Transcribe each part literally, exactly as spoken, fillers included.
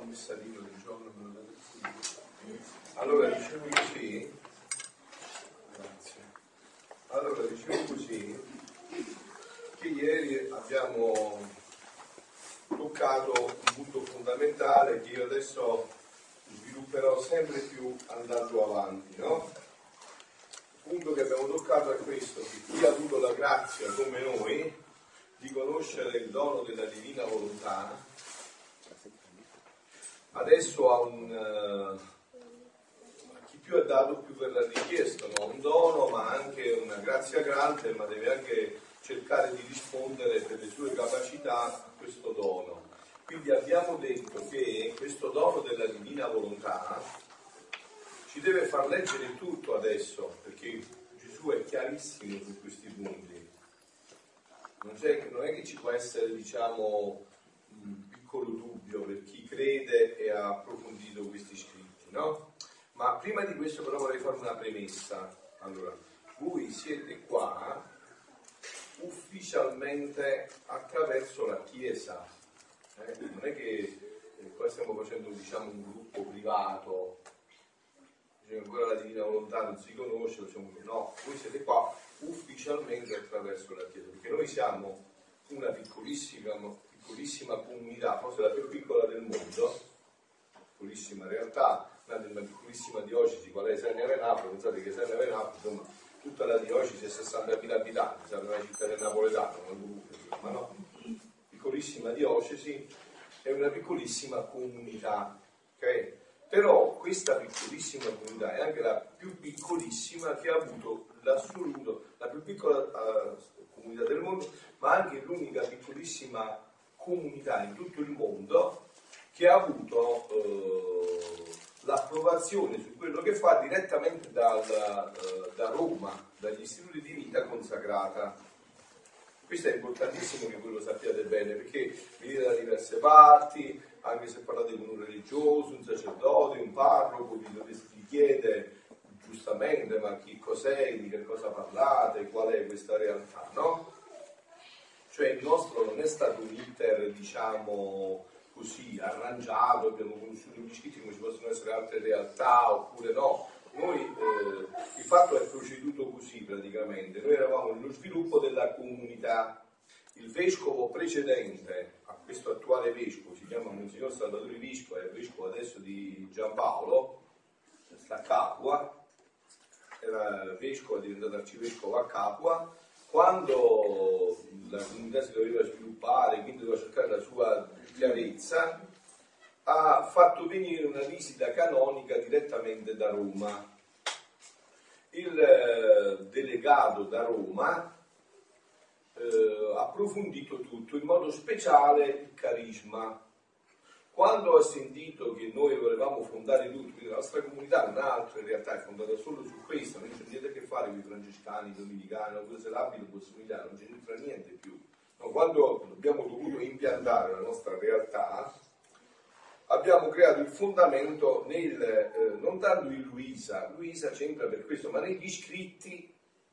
messaggino del giorno. Allora dicevo così, grazie. Allora dicevo così, che ieri abbiamo toccato un punto fondamentale che io adesso svilupperò sempre più andando avanti, no? Il punto che abbiamo toccato è questo, che chi ha avuto la grazia come noi di conoscere il dono della divina volontà adesso ha un uh, chi più è dato più verrà richiesto, no? Un dono ma anche una grazia grande, ma deve anche cercare di rispondere per le sue capacità a questo dono. Quindi abbiamo detto che questo dono della divina volontà ci deve far leggere tutto adesso, perché Gesù è chiarissimo su questi punti. Non, c'è, non è che ci può essere, diciamo, un piccolo dubbio per chi crede e ha approfondito questi scritti, no? Ma prima di questo però vorrei fare una premessa. Allora, voi siete qua ufficialmente attraverso la Chiesa. Eh? Non è che eh, qua stiamo facendo, diciamo, un gruppo privato, cioè, ancora la divina volontà non si conosce, facciamo, no, voi siete qua ufficialmente attraverso la Chiesa, perché noi siamo una piccolissima, piccolissima comunità, forse la più piccola del mondo, piccolissima realtà, una della piccolissima diocesi, qual è Serneve Napoli. Pensate che Serneve Napoli, insomma, tutta la diocesi è sessantamila abitanti, è una città del napoletano, ma no, piccolissima diocesi è una piccolissima comunità, ok? Però questa piccolissima comunità è anche la più piccolissima che ha avuto l'assoluto, la più piccola uh, comunità del mondo, ma anche l'unica piccolissima comunità in tutto il mondo che ha avuto uh, l'approvazione su quello che fa direttamente dal, uh, da Roma, dagli istituti di vita consacrata. Questo è importantissimo che voi lo sappiate bene, perché venite da diverse parti, anche se parlate con un religioso, un sacerdote, un parroco, vi chiede giustamente ma chi cos'è, di che cosa parlate, qual è questa realtà, no? Cioè il nostro non è stato un iter, diciamo così, arrangiato, abbiamo conosciuto gli scritti come ci possono essere altre realtà oppure no. Noi, eh, il fatto è proceduto così praticamente, noi eravamo nello sviluppo della comunità. Il vescovo precedente a questo attuale vescovo, si chiama Monsignor Salvatore Visco, è il vescovo adesso di Giampaolo, sta a Capua, era vescovo, è diventato arcivescovo a Capua. Quando la comunità si doveva sviluppare, quindi doveva cercare la sua chiarezza, ha fatto venire una visita canonica direttamente da Roma. Il eh, delegato da Roma eh, ha approfondito tutto, in modo speciale il carisma. Quando ha sentito che noi volevamo fondare tutto, quindi la nostra comunità non ha altro, in realtà è fondata solo su questo, non c'è niente a che fare con i francescani, i dominicani, o se l'abito possibilità, non c'entra niente più. No, quando abbiamo dovuto impiantare la nostra realtà, abbiamo creato il fondamento nel, eh, non tanto in Luisa, Luisa c'entra per questo, ma negli scritti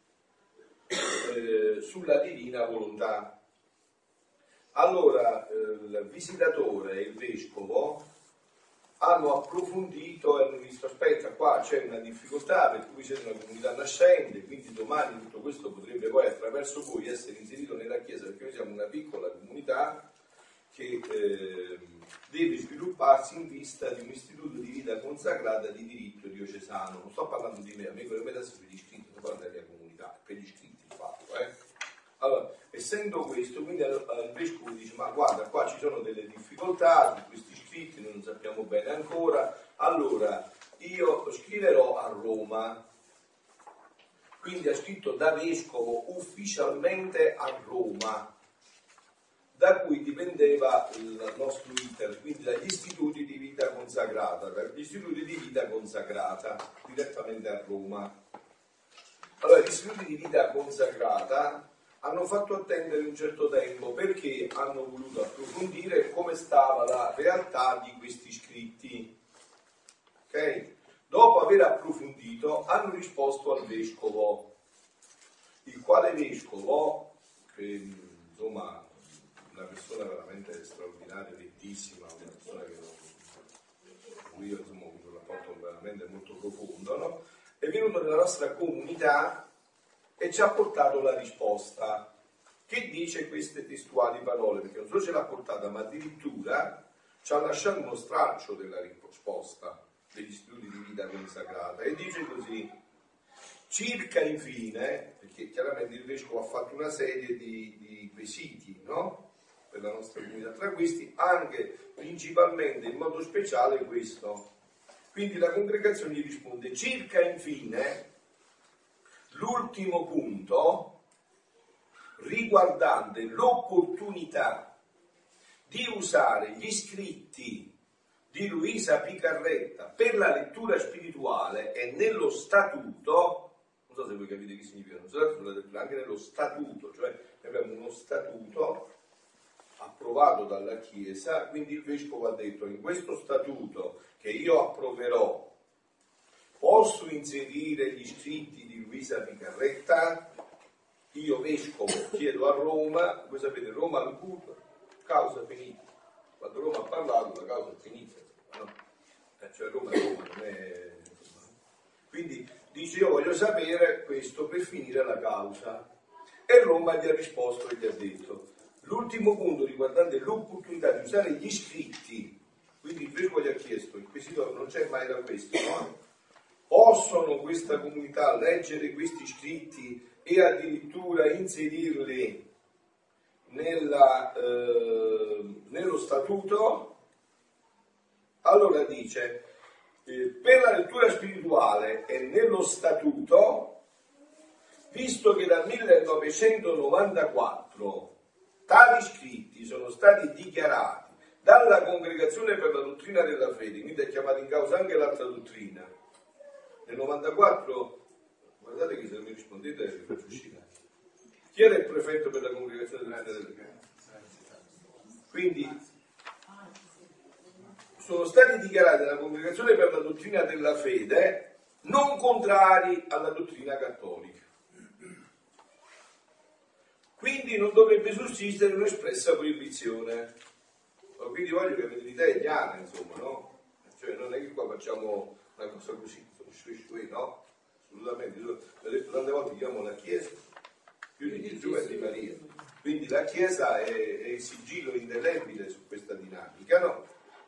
eh, sulla divina volontà. Allora, eh, il visitatore e il vescovo hanno approfondito e hanno visto, aspetta, qua c'è una difficoltà perché voi siete una comunità nascente, quindi domani tutto questo potrebbe poi attraverso voi essere inserito nella Chiesa, perché noi siamo una piccola comunità che eh, deve svilupparsi in vista di un istituto di vita consacrata di diritto diocesano. Non sto parlando di me, a me quello che mi adesso per gli iscritti, sto parlando della mia comunità, per gli iscritti il fatto, eh. Allora, essendo questo, quindi il vescovo dice, ma guarda, qua ci sono delle difficoltà su questi scritti, noi non sappiamo bene ancora, allora io scriverò a Roma. Quindi ha scritto da vescovo ufficialmente a Roma, da cui dipendeva il nostro iter, quindi dagli istituti di vita consacrata, dagli istituti di vita consacrata, direttamente a Roma. Allora, gli istituti di vita consacrata hanno fatto attendere un certo tempo perché hanno voluto approfondire come stava la realtà di questi scritti. Ok? Dopo aver approfondito hanno risposto al vescovo, il quale vescovo, che insomma una persona veramente straordinaria, rettissima, una persona che non, io insomma ho avuto un rapporto veramente molto profondo, no? È venuto nella nostra comunità e ci ha portato la risposta che dice queste testuali parole, perché non solo ce l'ha portata, ma addirittura ci ha lasciato uno straccio della risposta degli studi di vita consacrata, e dice così: circa infine, perché chiaramente il vescovo ha fatto una serie di, di quesiti, no? Per la nostra comunità, tra questi anche principalmente in modo speciale questo. Quindi la congregazione gli risponde: circa infine l'ultimo punto riguardante l'opportunità di usare gli scritti di Luisa Picarretta per la lettura spirituale e nello statuto, non so se voi capite che significa, non so, anche nello statuto, cioè abbiamo uno statuto approvato dalla Chiesa, quindi il vescovo ha detto: in questo statuto che io approverò posso inserire gli scritti di Luisa Picarretta? Io vescovo chiedo a Roma, voi sapete, Roma al culto, causa finita. Quando Roma ha parlato la causa è finita, no? Eh, cioè Roma è Roma, non è... Quindi dice: io voglio sapere questo per finire la causa. E Roma gli ha risposto e gli ha detto: l'ultimo punto riguardante l'opportunità di usare gli scritti, quindi il vescovo gli ha chiesto, il quesito non c'è mai da questo, no? Possono questa comunità leggere questi scritti e addirittura inserirli nella, eh, nello statuto? Allora dice: eh, per la lettura spirituale e nello statuto, visto che dal millenovecentonovantaquattro tali scritti sono stati dichiarati dalla Congregazione per la Dottrina della Fede, quindi è chiamata in causa anche l'altra dottrina, nel novantaquattro, guardate che se non mi rispondete vi faccio uscire. Chi era il prefetto per la Congregazione della Fede? Quindi sono stati dichiarati dalla Congregazione per la Dottrina della Fede non contrari alla dottrina cattolica. Quindi non dovrebbe sussistere un'espressa proibizione. Quindi voglio che avete l'idea chiara, insomma, no? Cioè non è che qua facciamo una cosa così, no? Assolutamente. Io ho detto tante volte, chiamo la Chiesa più di Gesù e di Maria. Quindi la Chiesa è, è il sigillo indelebile su questa dinamica, no?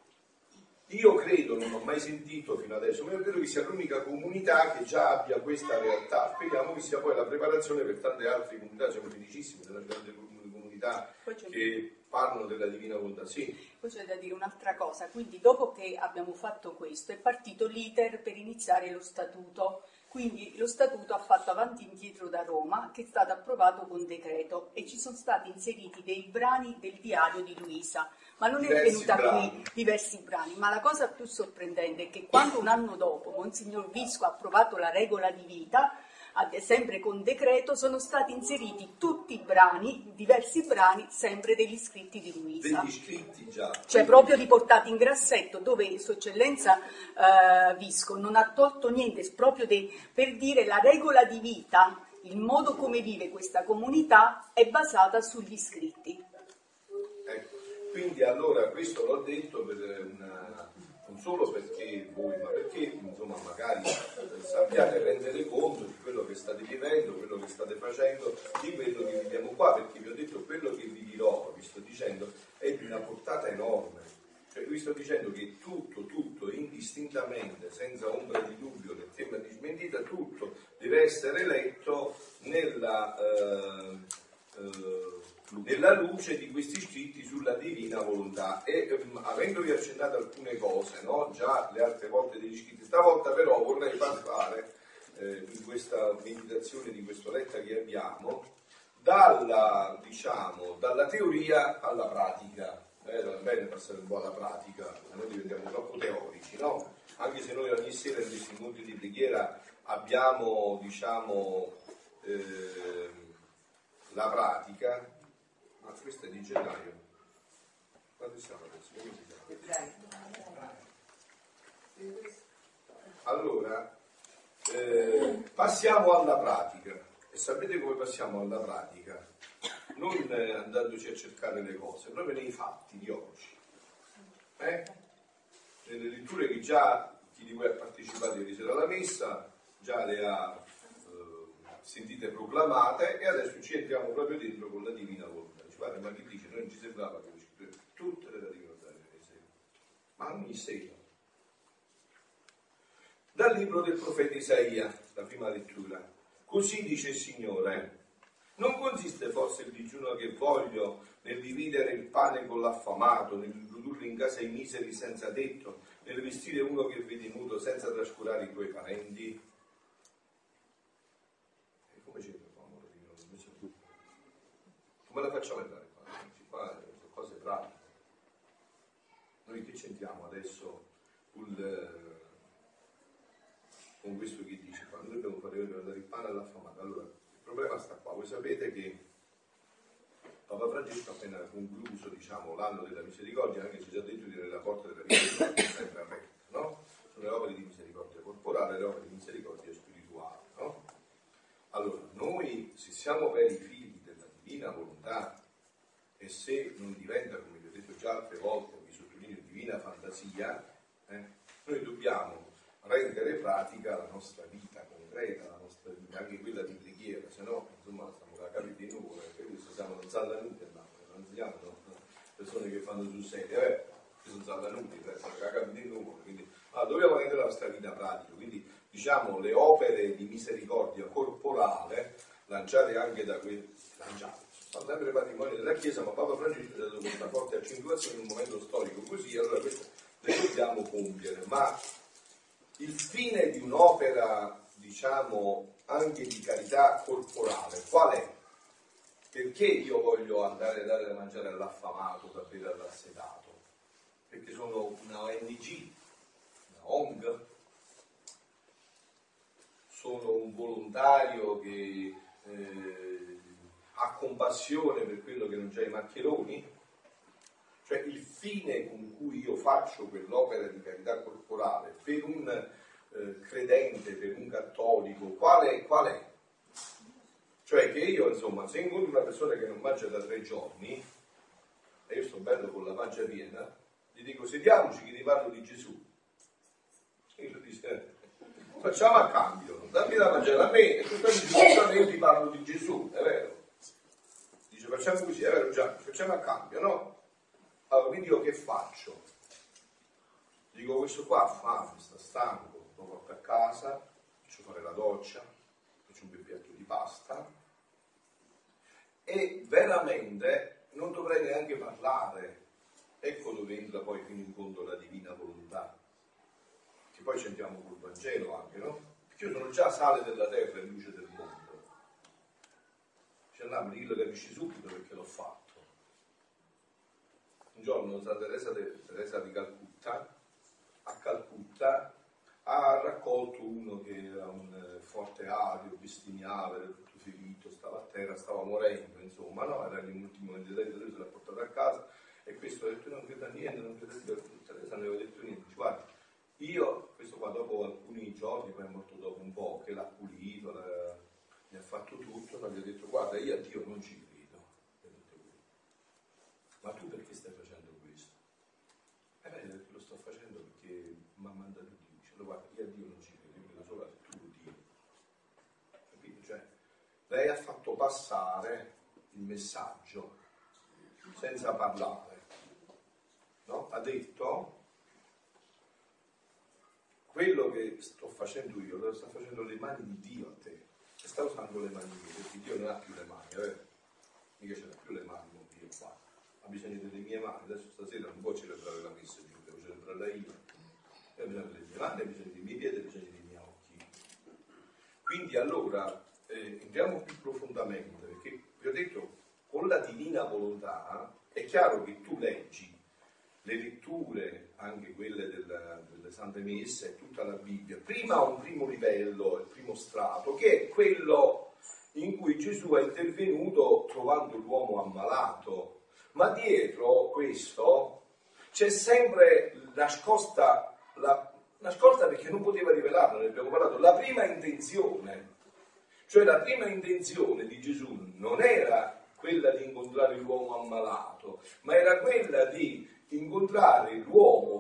Io credo, non ho mai sentito fino adesso, ma io credo che sia l'unica comunità che già abbia questa realtà. Speriamo che sia poi la preparazione per tante altre comunità, siamo felicissimi della grande comunità che parlano della divina volontà. Sì. Poi c'è da dire un'altra cosa, quindi dopo che abbiamo fatto questo è partito l'iter per iniziare lo statuto. Quindi lo statuto ha fatto avanti e indietro da Roma, che è stato approvato con decreto, e ci sono stati inseriti dei brani del diario di Luisa, ma non diversi è venuta brani. qui diversi brani. Ma la cosa più sorprendente è che quando un anno dopo Monsignor Visco ha approvato la regola di vita, sempre con decreto, sono stati inseriti tutti i brani, diversi brani, sempre degli scritti di Luisa. Degli scritti già. Cioè proprio riportati in grassetto, dove Sua Eccellenza eh, Visco non ha tolto niente, proprio de, per dire la regola di vita, il modo come vive questa comunità è basata sugli scritti. Ecco, quindi allora questo l'ho detto per una... non solo perché voi, ma perché insomma magari sappiate rendere conto di quello che state vivendo, quello che state facendo, di quello che viviamo qua, perché vi ho detto quello che vi dirò, vi sto dicendo, è di una portata enorme. Cioè vi sto dicendo che tutto, tutto, indistintamente, senza ombra di dubbio, nel tema di smentita, tutto deve essere letto nella... Eh, eh, nella luce di questi scritti sulla divina volontà. E um, avendovi accennato alcune cose, no? Già le altre volte degli scritti, stavolta però vorrei far fare eh, in questa meditazione di questa letta che abbiamo dalla, diciamo, dalla teoria alla pratica. Eh, va bene passare un po' alla pratica, noi diventiamo troppo teorici, no? Anche se noi ogni sera in questi incontri di preghiera abbiamo, diciamo, eh, la pratica. Ma questo è di gennaio. Quando siamo adesso? Allora, eh, passiamo alla pratica. E sapete come passiamo alla pratica? Non eh, andandoci a cercare le cose, proprio nei fatti di oggi. Eh? delle letture che già chi di voi ha partecipato ieri sera alla messa già le ha eh, sentite proclamate, e adesso ci entriamo proprio dentro con la divina volontà. Dice, guarda, ma che dice? Noi non ci sembrava che tutte le divine volontà di sera, ma ogni sera. Dal libro del profeta Isaia, la prima lettura. Così dice il Signore: non consiste forse il digiuno che voglio nel dividere il pane con l'affamato, nel introdurre in casa i miseri senza tetto, nel vestire uno che vede nudo senza trascurare i tuoi parenti? E come c'è questo amore divino? Come la facciamo entrare qua? Qua sono cose pratiche. Noi che c'entriamo adesso sul... con questo che dice qua? Noi dobbiamo fare per dare il pane all'affamato. Allora, il problema sta qua. Voi sapete che Papa Francesco ha appena concluso, diciamo, l'anno della misericordia, anche se già detto di nella porta della misericordia è sempre aperta, no? Sono le opere di misericordia corporale e le opere di misericordia spirituale, no? Allora, noi, se siamo veri figli della divina volontà, e se non diventa, come vi ho detto già altre volte, vi sottolineo, divina fantasia, eh, noi dobbiamo rendere pratica la nostra vita concreta, la nostra vita, anche quella di preghiera, se no, insomma, stiamo da capi di nuvole, perché questo siamo non zallanuti, non siamo no? persone che fanno sul serio, eh, che sono zallanuti, siamo da capi di nuvole, quindi allora, dobbiamo rendere la nostra vita pratica, quindi diciamo le opere di misericordia corporale, lanciate anche da quei, lanciate, sono sempre patrimonio della Chiesa, ma Papa Francesco ha dato questa forte accentuazione in un momento storico così, allora questo le dobbiamo compiere, ma il fine di un'opera, diciamo, anche di carità corporale, qual è? Perché io voglio andare a dare da mangiare all'affamato, da bere all'assetato? Perché sono una O N G, una O N G, sono un volontario che eh, ha compassione per quello che non c'è i maccheroni? Cioè il fine con cui io faccio quell'opera di carità corporale per un eh, credente, per un cattolico, qual è, qual è? Cioè che io, insomma, se incontro una persona che non mangia da tre giorni, e io sto bello con la pancia piena, gli dico sediamoci che ti parlo di Gesù. E lui dice, facciamo a cambio, dammi da mangiare a me e tu io ti parlo di Gesù, è vero? Dice facciamo così, è vero Gianni, facciamo a cambio, no? Allora, quindi io che faccio? Dico, questo qua ha fame, sta stanco, lo porto a casa, faccio fare la doccia, faccio un bel piatto di pasta e veramente non dovrei neanche parlare. Ecco dove entra poi fino in fondo la divina volontà, che poi c'entriamo col Vangelo anche, no? Perché io sono già sale della terra e luce del mondo. C'è là, mi lo capisci subito perché l'ho fatto. Un giorno Santa Teresa, Teresa di Calcutta, a Calcutta, ha raccolto uno che era un forte ario, bestemmiava, era tutto ferito, stava a terra, stava morendo, insomma, no? Era l'ultimo desiderio, lui se l'ha portato a casa e questo ha detto non credo a niente, non credo a niente, Teresa non aveva detto niente, dice, guarda, io, questo qua dopo alcuni giorni, poi è morto dopo un po', che l'ha pulito, l'ha, gli ha fatto tutto, ma gli ha detto, guarda, io a Dio non ci credo. Ma tu perché stai facendo questo? Eh beh, lo sto facendo perché mi ha mandato Dio. Dice, guarda, io a Dio non ci credo, io credo solo a tu Dio. Capito? Cioè, lei ha fatto passare il messaggio senza parlare, no? Ha detto, quello che sto facendo io, lo sta facendo le mani di Dio a te. E sta usando le mani mie, perché Dio non ha più le mani, è vero? Mica ce l'ha più le mani con Dio qua. Ha bisogno delle mie mani, adesso stasera non può celebrare la messa più, devo celebrarla io. Ha bisogno delle mie mani, ha bisogno dei miei piedi, ha bisogno dei miei occhi. Quindi allora eh, entriamo più profondamente, perché vi ho detto, con la divina volontà è chiaro che tu leggi le letture, anche quelle della, delle Sante Messe, e tutta la Bibbia, prima a un primo livello, il primo strato, che è quello in cui Gesù è intervenuto trovando l'uomo ammalato. Ma dietro questo c'è sempre nascosta, la, nascosta perché non poteva rivelarlo, ne abbiamo parlato, la prima intenzione. Cioè la prima intenzione di Gesù non era quella di incontrare l'uomo ammalato, ma era quella di incontrare l'uomo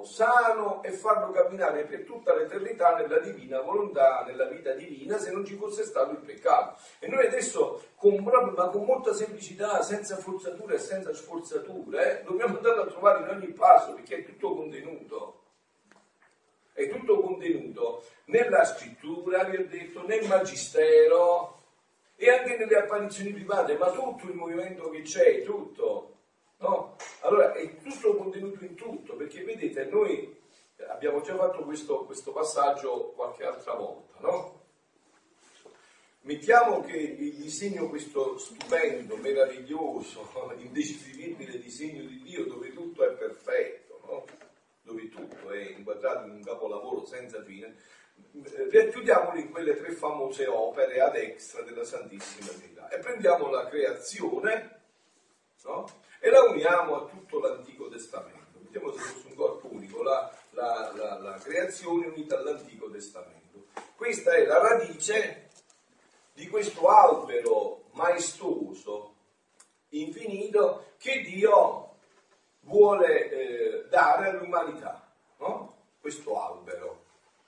sano e farlo camminare per tutta l'eternità nella divina volontà, nella vita divina, se non ci fosse stato il peccato. E noi adesso, con, ma con molta semplicità, senza forzature e senza sforzature, eh, dobbiamo andare a trovare in ogni passo, perché è tutto contenuto. È tutto contenuto nella scrittura, vi ho detto, nel magistero e anche nelle apparizioni private, ma tutto il movimento che c'è, tutto. No? Allora è tutto contenuto in tutto, perché vedete, noi abbiamo già fatto questo, questo passaggio qualche altra volta, no? Mettiamo che il disegno, questo stupendo, meraviglioso, indescrivibile disegno di Dio, dove tutto è perfetto, no? Dove tutto è inquadrato in un capolavoro senza fine, racchiudiamolo in quelle tre famose opere ad extra della Santissima Trinità e prendiamo la creazione, no? E la uniamo a tutto l'Antico Testamento. Mettiamo se fosse un corpo unico, la, la, la, la creazione unita all'Antico Testamento. Questa è la radice di questo albero maestoso, infinito, che Dio vuole eh, dare all'umanità, no? Questo albero.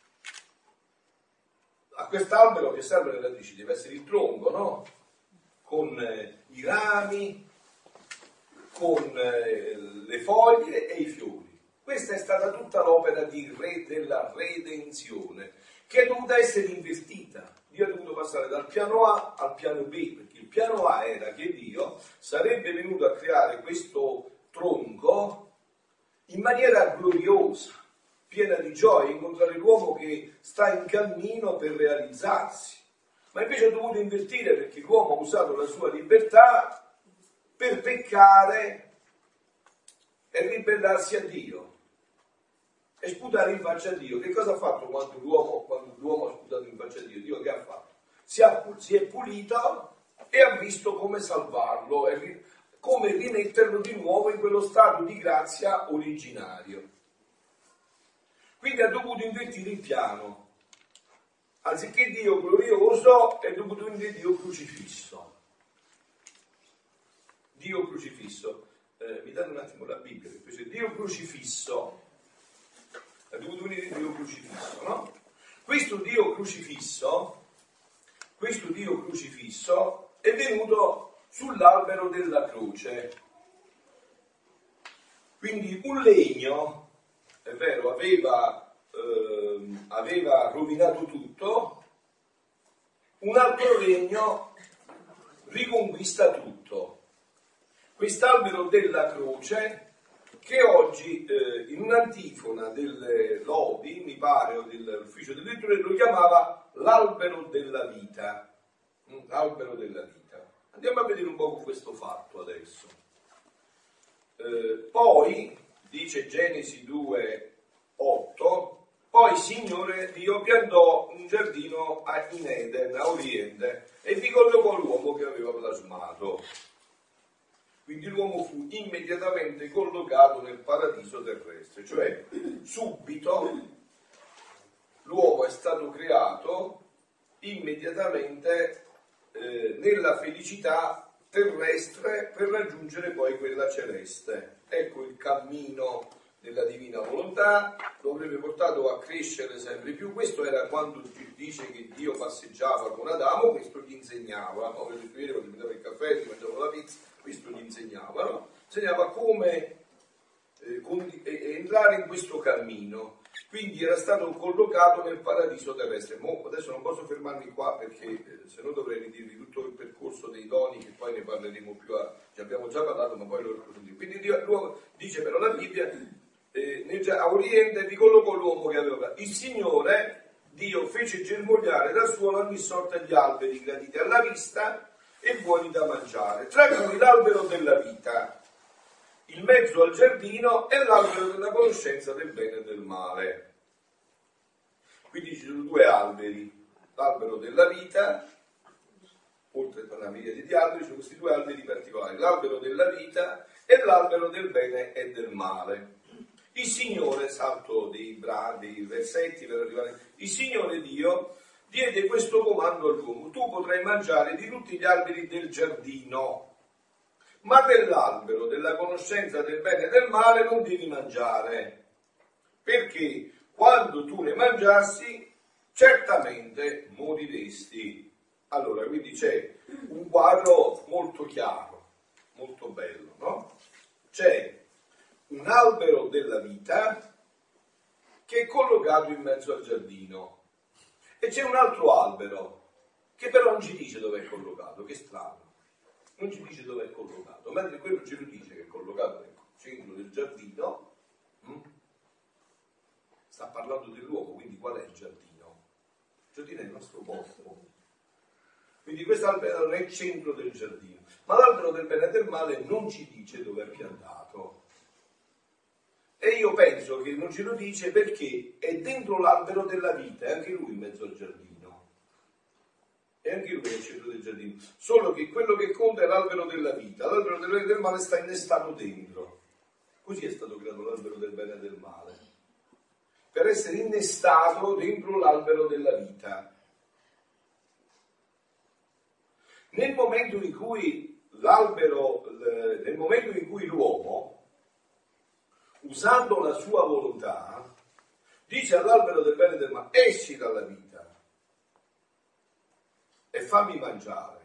A quest'albero che serve le radici deve essere il tronco, no? Con eh, i rami, con eh, le foglie e i fiori. Questa è stata tutta l'opera di re, della redenzione, che è dovuta essere invertita. Dio è dovuto passare dal piano A al piano B, perché il piano A era che Dio sarebbe venuto a creare questo tronco in maniera gloriosa, piena di gioia, incontrare l'uomo che sta in cammino per realizzarsi. Ma invece ha dovuto invertire, perché l'uomo ha usato la sua libertà per peccare e ribellarsi a Dio e sputare in faccia a Dio. Che cosa ha fatto quando l'uomo, quando l'uomo ha sputato in faccia a Dio? Dio che ha fatto? Si, ha, si è pulito e ha visto come salvarlo e come rimetterlo di nuovo in quello stato di grazia originario. Quindi ha dovuto invertire il piano. Anziché Dio glorioso, è dovuto venire Dio crocifisso. Dio crocifisso. Eh, mi date un attimo la Bibbia, che c'è Dio crocifisso. È dovuto venire Dio crocifisso, no? Questo Dio crocifisso, questo Dio crocifisso è venuto sull'albero della croce. Quindi un legno, è vero, aveva, eh, aveva rovinato tutto, un altro legno riconquista tutto. Quest'albero della croce, che oggi eh, in un'antifona delle lodi, mi pare, o dell'ufficio delle letture, lo chiamava l'albero della vita. L'albero della vita. Andiamo a vedere un po' questo fatto adesso. Eh, poi, dice Genesi due otto, poi Signore Dio piantò un giardino in Eden, a oriente, e vi collocò l'uomo che aveva plasmato. Quindi l'uomo fu immediatamente collocato nel paradiso terrestre, cioè subito l'uomo è stato creato immediatamente eh, nella felicità terrestre per raggiungere poi quella celeste. Ecco il cammino della divina volontà, lo avrebbe portato a crescere sempre più. Questo era quando dice che Dio passeggiava con Adamo, questo gli insegnava, no? Vedete, ieri quando prendeva il caffè, ti mangiava la pizza, questo gli insegnava, no? Insegnava come eh, con, eh, entrare in questo cammino. Quindi era stato collocato nel paradiso terrestre. Mo, adesso non posso fermarmi qua perché eh, se no dovrei ridirvi tutto il percorso dei doni, che poi ne parleremo più a... ci abbiamo già parlato, ma poi lo approfondiremo. Quindi Dio, dice però la Bibbia, eh, nel, a oriente vi collocò l'uomo che aveva. Il Signore Dio fece germogliare dal suolo ogni sorta di alberi graditi alla vista e buoni da mangiare, tra cui l'albero della vita, il mezzo al giardino e l'albero della conoscenza del bene e del male. Quindi ci sono due alberi, l'albero della vita, oltre a una miriade di alberi, ci sono questi due alberi particolari, l'albero della vita e l'albero del bene e del male. Il Signore, salto dei, bra, dei versetti per arrivare, il Signore Dio diede questo comando all'uomo: tu potrai mangiare di tutti gli alberi del giardino, ma dell'albero della conoscenza del bene e del male non devi mangiare, perché quando tu ne mangiassi certamente moriresti. Allora, quindi c'è un quadro molto chiaro, molto bello, no? C'è un albero della vita che è collocato in mezzo al giardino e c'è un altro albero che però non ci dice dove è collocato, che strano, non ci dice dove è collocato, mentre quello ce lo dice che è collocato nel centro del giardino. hm? Sta parlando del luogo, quindi qual è il giardino? Il giardino è il nostro corpo. Quindi questo albero non è il centro del giardino, ma l'albero del bene e del male non ci dice dove è piantato. E io penso che non ce lo dice perché è dentro l'albero della vita, è anche lui in mezzo al giardino. E anche lui è il centro del giardino. Solo che quello che conta è l'albero della vita, l'albero del bene e del male sta innestato dentro. Così è stato creato l'albero del bene e del male. Per essere innestato dentro l'albero della vita. Nel momento in cui l'albero, nel momento in cui l'uomo, usando la sua volontà, dice all'albero del bene e del male, esci dalla vita e fammi mangiare,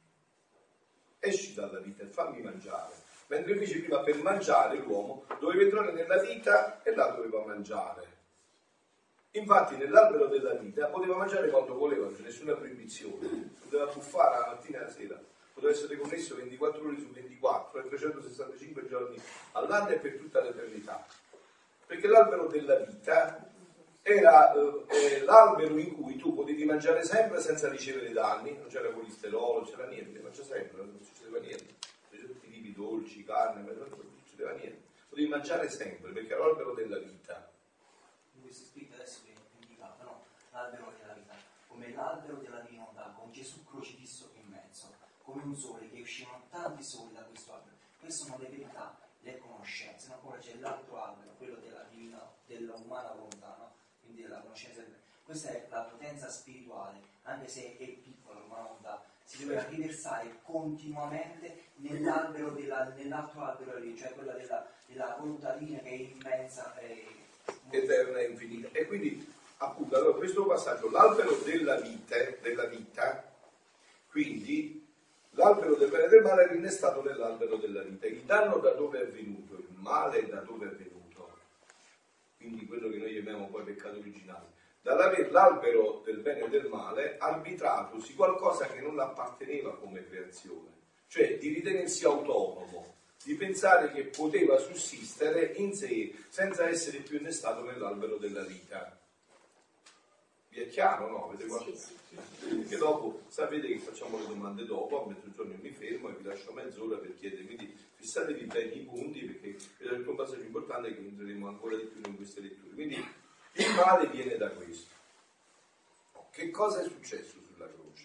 esci dalla vita e fammi mangiare, mentre invece prima per mangiare l'uomo doveva entrare nella vita e là doveva mangiare. Infatti nell'albero della vita poteva mangiare quando voleva, non c'è nessuna proibizione, poteva buffare la mattina e la sera, poteva essere connesso ventiquattro ore su ventiquattro e trecentosessantacinque giorni all'anno e per tutta l'eternità, perché l'albero della vita era eh, l'albero in cui tu potevi mangiare sempre senza ricevere danni, non c'era colesterolo, non c'era niente, mangia sempre, non succedeva niente, c'erano tutti i tipi dolci, carne, non succedeva niente, potevi mangiare sempre perché era l'albero della vita. Questo scritto adesso che è indicato, no? L'albero della vita, come l'albero della divinità, con Gesù crocifisso in mezzo, come un sole che uscivano tanti soli da questo albero. Queste sono le verità, le conoscenze, no? Poi c'è l'altro albero, quello della divina, dell'umana volontà, no? Quindi della conoscenza. Questa è la potenza spirituale, anche se è piccola l'umana volontà, si deve riversare continuamente nell'albero della, nell'altro albero lì, cioè quella della, della volontà divina che è immensa e eterna e infinita. E quindi appunto allora questo passaggio, l'albero della vita, della vita, quindi l'albero del bene e del male è rinnestato nell'albero della vita. Il danno da dove è venuto? Il male da dove è venuto? Quindi quello che noi chiamiamo poi peccato originale. Dall'aver l'albero del bene e del male arbitrato su qualcosa che non apparteneva come creazione, cioè di ritenersi autonomo, di pensare che poteva sussistere in sé senza essere più innestato nell'albero della vita. Vi è chiaro, no? Avete qualche... sì, sì. Perché dopo sapete che facciamo le domande dopo, a mezzogiorno mi fermo e vi lascio mezz'ora per chiedere, quindi fissatevi bene i punti perché è un passaggio importante che entreremo ancora di più in queste letture. Quindi il male viene da questo. Che cosa è successo sulla croce?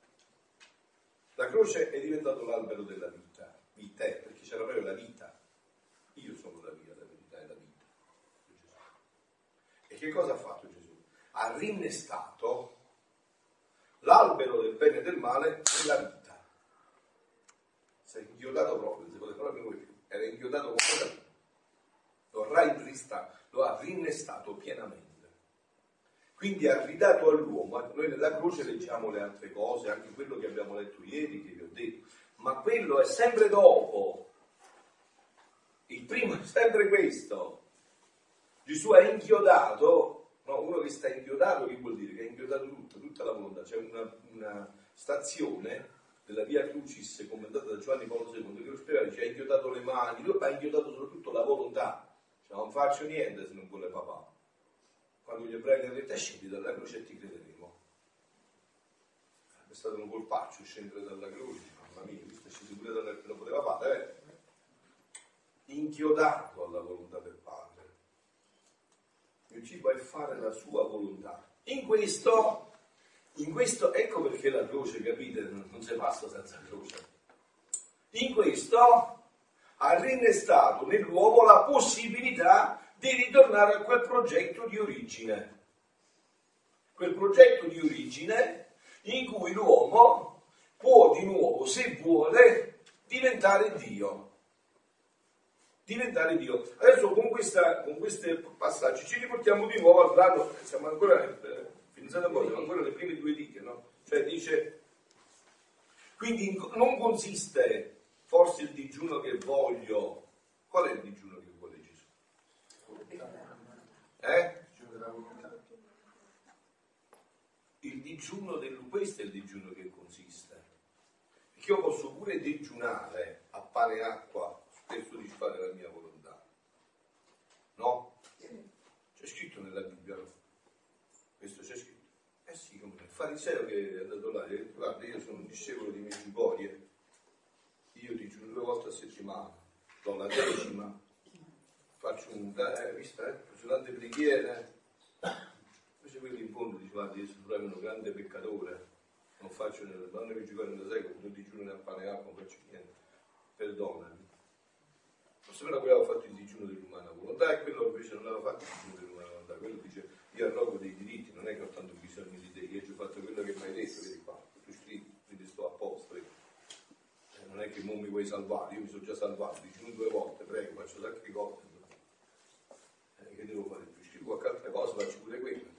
La croce è diventato l'albero della vita, vita, perché c'era proprio la vita. Io sono la via, la verità e la vita. E che cosa ha fatto Gesù? Ha rinnestato l'albero del bene e del male nella vita. Si è inchiodato proprio, non si poteva proprio più, era inchiodato completamente. Lo ha rinnestato, lo ha rinnestato pienamente. Quindi ha ridato all'uomo, noi nella croce leggiamo le altre cose, anche quello che abbiamo letto ieri, che vi ho detto, ma quello è sempre dopo. Il primo è sempre questo. Gesù ha inchiodato, no, uno che sta inchiodato, che vuol dire? Che ha inchiodato tutto, tutta la volontà. C'è una, una stazione della Via Crucis commentata da Giovanni Paolo secondo che lo spiegare, ci ha inchiodato le mani, lui ha inchiodato soprattutto la volontà, cioè non faccio niente se non vuole papà. Quando gli ebrei hanno detto scendi dalla croce e ti crederemo, è stato un colpaccio scendere dalla croce, mamma mia, questo è sceso pure dalla croce, lo poteva fare, eh? Inchiodato alla volontà del Padre, il cibo è fare la sua volontà. In questo, in questo, ecco perché la croce, capite, non, non si passa senza croce. In questo ha rinnestato nell'uomo la possibilità di ritornare a quel progetto di origine, quel progetto di origine in cui l'uomo può di nuovo, se vuole, diventare Dio. diventare Dio. Adesso con, questa, con questi passaggi ci riportiamo di nuovo al brano, siamo ancora, eh, finissate un po', siamo ancora le prime due righe, no? Cioè dice, quindi non consiste forse il digiuno che voglio, qual è il digiuno che vuole Gesù? Eh? Il digiuno del, questo è il digiuno che consiste, perché io posso pure digiunare a pane e acqua, spesso di fare la mia volontà, no? C'è scritto nella Bibbia, no? Questo c'è scritto. Eh sì, come il fariseo che è andato là e ha detto, guarda, io sono un discepolo di Medjugorje, io digiuno due volte a settimana, do la decima, faccio un, eh, visto, eh, faccio tante preghiere. Invece quelli in fondo dice, guarda, io sono proprio un grande peccatore, non faccio nelle donne che giocano da secolo, non digiuno né a pane e acqua, non faccio niente, perdonami. Forse però quello aveva fatto il digiuno dell'umana volontà e quello invece non aveva fatto il digiuno dell'umana volontà, quello dice, io arrogo dei diritti, non è che ho tanto bisogno di te, io ci ho fatto quello che mi hai detto, vedi qua, tu scrivi, quindi sto a posto, eh, non è che non mi vuoi salvare, io mi sono già salvato, digiuno due volte, prego, faccio sacche cose, eh, che devo fare? Tu scrivi qualche altra cosa, faccio pure quello.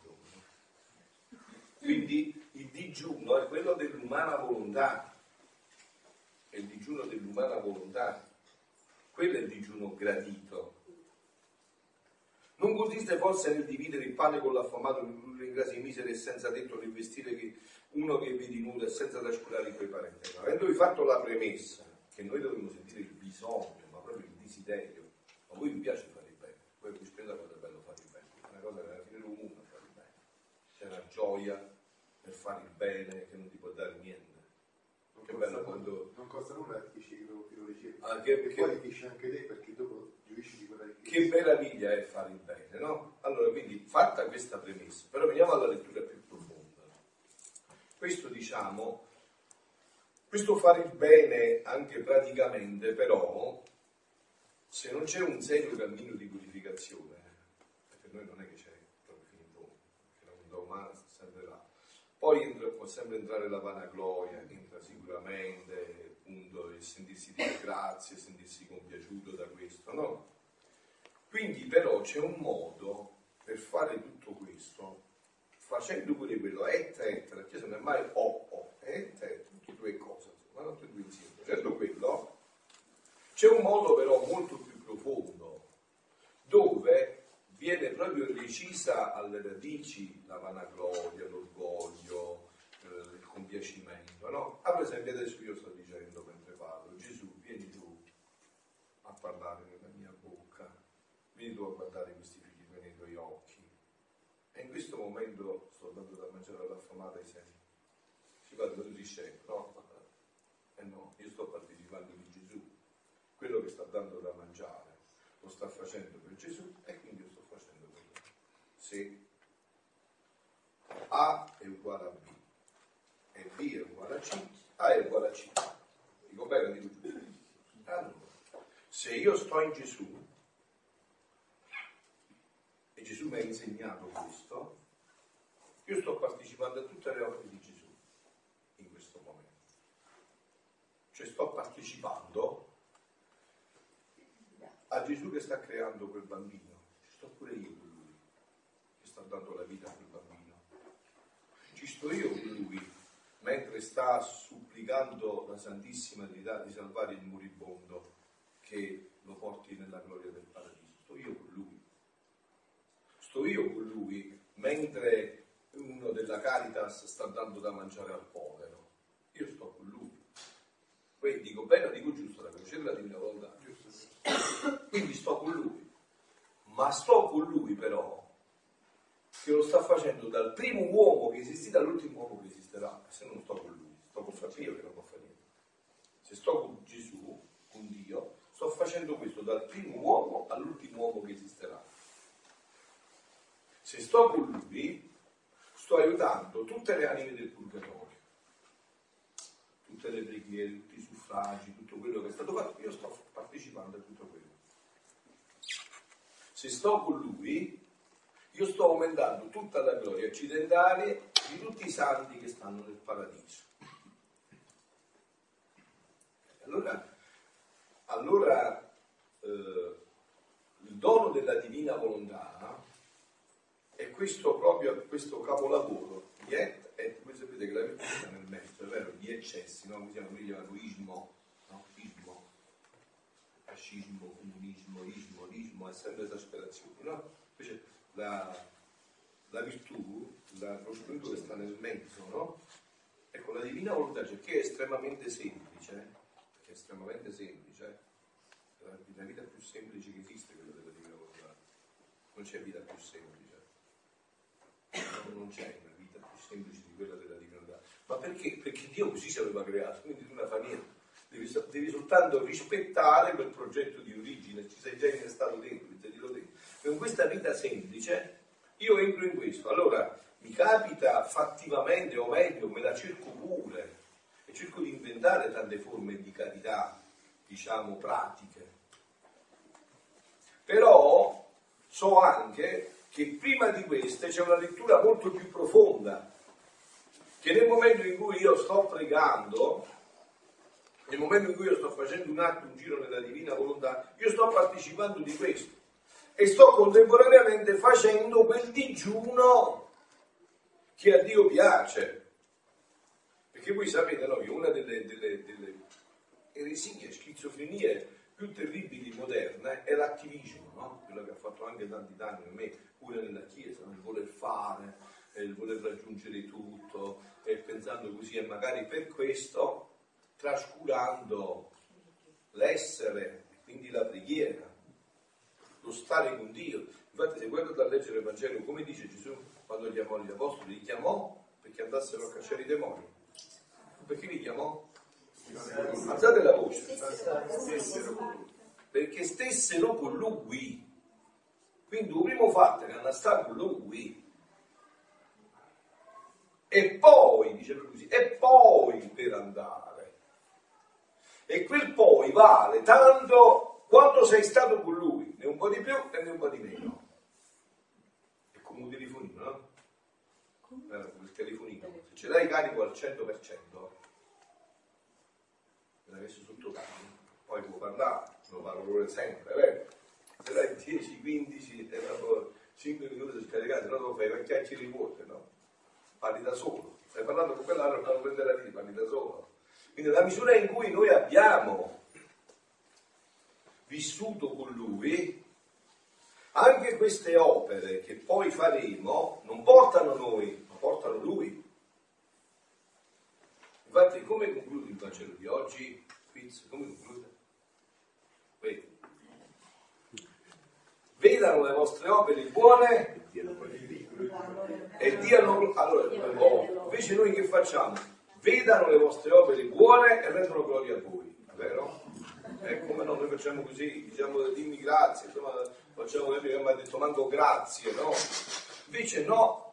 Quindi il digiuno è quello dell'umana volontà, è il digiuno dell'umana volontà, quello è il digiuno gradito. Non consiste forse nel dividere il pane con l'affamato, ringrazia i miseri e senza tetto, nel vestire che uno che vedi nudo e senza trascurare i tuoi parenti. Avendovi fatto la premessa che noi dovremmo sentire il bisogno, ma proprio il desiderio, ma a voi vi piace fare il bene, poi vi spesa cosa è bello fare il bene, è una cosa che alla fine comune fare il bene, c'è una gioia per fare il bene che non ti può dare niente. Non che costa, bello quando non costa nulla che ci lo ricevi, ah, che, e che, poi dici anche te perché dopo giudici di quella ricchezza. che meraviglia è fare il bene, no? Allora, quindi fatta questa premessa, però veniamo alla lettura più profonda. Questo diciamo, questo fare il bene anche praticamente, però, se non c'è un serio cammino di purificazione, per noi non è che c'è proprio fino in fondo, perché la volontà umana sta sempre là. Poi entra, può sempre entrare la vanagloria, entra sicuramente appunto il sentirsi di grazie, sentirsi compiaciuto da questo, no? Quindi però c'è un modo per fare tutto questo, facendo pure quello, et et, la Chiesa non è mai o o, et et, tutte e due cose, ma non tutte e due insieme. Facendo quello, c'è un modo però molto più profondo, dove viene proprio recisa alle radici la vanagloria, l'orgoglio, eh, il compiacimento, no? Ah, per esempio adesso io sto dicendo mentre parlo, Gesù, vieni tu a parlare nella mia bocca, vieni tu a guardare questi figli tuoi nei tuoi occhi. E in questo momento sto dando da mangiare all'affamata ai seni. Si parla di scemo, no? Eh no, io sto partecipando di Gesù, quello che sta dando da mangiare lo sta facendo per Gesù e quindi io sto facendo per lui. Se A è uguale a B e B è uguale a C, A è uguale a C. Dico bene, dico giusto. Allora, se io sto in Gesù e Gesù mi ha insegnato questo, io sto partecipando a tutte le opere di Gesù in questo momento. Cioè sto partecipando a Gesù che sta creando quel bambino, ci sto pure io con lui, che sta dando la vita a quel bambino, ci sto io con lui, mentre sta supplicando la Santissima Trinità di salvare il moribondo, che lo porti nella gloria del paradiso, sto io con lui, sto io con lui, mentre uno della Caritas sta dando da mangiare al povero, io sto con lui. Poi dico bene, dico giusto, la conoscenza della Divina Volontà, giusto? Quindi sto con lui, ma sto con lui però che lo sta facendo dal primo uomo che esistì all'ultimo uomo che esisterà. Se non sto con lui, sto con Frappio che non può fare niente. Se sto con Gesù, con Dio, sto facendo questo dal primo uomo all'ultimo uomo che esisterà. Se sto con lui, sto aiutando tutte le anime del purgatorio, tutte le preghiere, tutti i suffragi, tutto quello che è stato fatto, io sto partecipando a tutto quello. Se sto con lui, io sto aumentando tutta la gloria occidentale di tutti i santi che stanno nel paradiso. Allora, allora eh, dono della divina volontà è questo proprio questo capolavoro di et, et, voi sapete che la virtù sta nel mezzo, è vero, gli eccessi, no? Come si chiama? Qui chiamano ismo, no? Ismo, fascismo, comunismo, ismo, ismo, è sempre esasperazione, no? Invece la, la virtù, la, lo spirito che sta nel mezzo, no? Ecco, la divina volontà, cioè, che è estremamente semplice, che è estremamente semplice, la, la vita più semplice che esiste è quella della divina volontà, non c'è vita più semplice, no, non c'è una vita più semplice di quella della divina volontà, ma perché? Perché Dio così ci aveva creato, quindi tu non fa niente, devi, devi soltanto rispettare quel progetto di origine, ci sei già innestato dentro, dentro. E con questa vita semplice io entro in questo, allora mi capita fattivamente, o meglio, me la cerco pure, e cerco di inventare tante forme di carità, diciamo, pratiche. Però so anche che prima di queste c'è una lettura molto più profonda, che nel momento in cui io sto pregando, nel momento in cui io sto facendo un atto, un giro nella divina volontà, io sto partecipando di questo e sto contemporaneamente facendo quel digiuno che a Dio piace. Perché voi sapete, no, che una delle, delle, delle eresie, schizofrenie più terribili moderne è l'attivismo, no? Quello che ha fatto anche tanti danni a me, pure nella Chiesa, no? Il voler fare, il voler raggiungere tutto, e pensando così, e magari per questo trascurando l'essere, quindi la preghiera, lo stare con Dio. Infatti, se guardate a leggere il Vangelo, come dice Gesù quando chiamò gli apostoli, li chiamò perché andassero a cacciare i demoni. Perché li chiamò? Alzate la voce. Stessero con lui. Perché stessero con lui. Quindi il primo fatto è che andare a stare con lui. E poi, dice così, e poi per andare. E quel poi vale tanto quanto sei stato con lui, né un po' di più e né un po' di meno. È come un telefonino, no? Eh, il telefonino, se ce l'hai carico al cento per cento, me l'hai messo sotto carico, poi può parlare, lo parlo sempre, vero? Se l'hai dieci, quindici, e dopo cinque minuti scaricato, se no lo fai vecchiacci di vuote, no? Parli da solo, stai parlando con quell'altro, non prendere la vita, parli da solo. Quindi la misura in cui noi abbiamo vissuto con lui, anche queste opere che poi faremo non portano noi, ma portano lui. Infatti, come conclude il Vangelo di oggi? Quiz, come conclude? Vedi. Vedano le vostre opere buone e diano, allora, oh, invece noi che facciamo? Vedano le vostre opere buone e rendono gloria a voi, vero? E come no, noi facciamo così, diciamo dimmi grazie, insomma, facciamo quello che mi ha detto manco grazie, no? Invece no.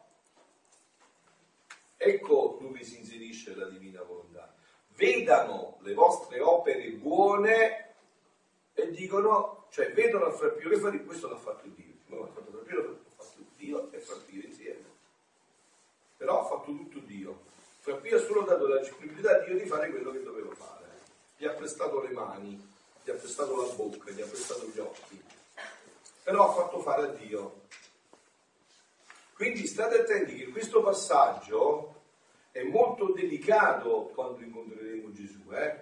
Ecco dove si inserisce la divina volontà. Vedano le vostre opere buone e dicono, cioè vedono a far più, che fare questo l'ha fatto Dio, non l'ha fatto più, l'ha fatto Dio e far più insieme. Però ha fatto tutto Dio. Fra più ha solo dato la disponibilità a Dio di fare quello che doveva fare. Gli ha prestato le mani, gli ha prestato la bocca, gli ha prestato gli occhi, però ha fatto fare a Dio. Quindi state attenti che questo passaggio è molto delicato quando incontreremo Gesù, eh?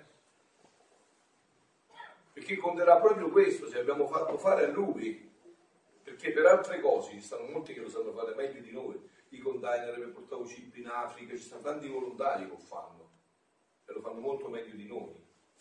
Perché conterà proprio questo, se abbiamo fatto fare a Lui, perché per altre cose ci stanno molti che lo sanno fare meglio di noi, i container per portare cibo in Africa, ci stanno tanti volontari che lo fanno, e lo fanno molto meglio di noi.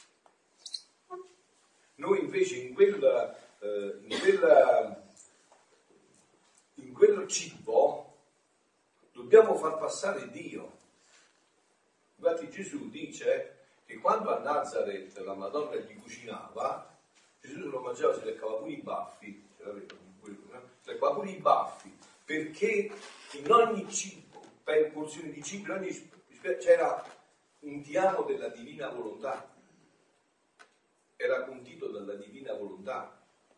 Noi invece in quel, eh, in quel, in quel cibo dobbiamo far passare Dio. Infatti Gesù dice che quando a Nazareth la Madonna gli cucinava, Gesù se lo mangiava, si leccava pure i baffi, si leccava pure i baffi, perché in ogni cibo, per porzione di cibo, in ogni, c'era un ti amo della divina volontà. Era condito dalla divina volontà.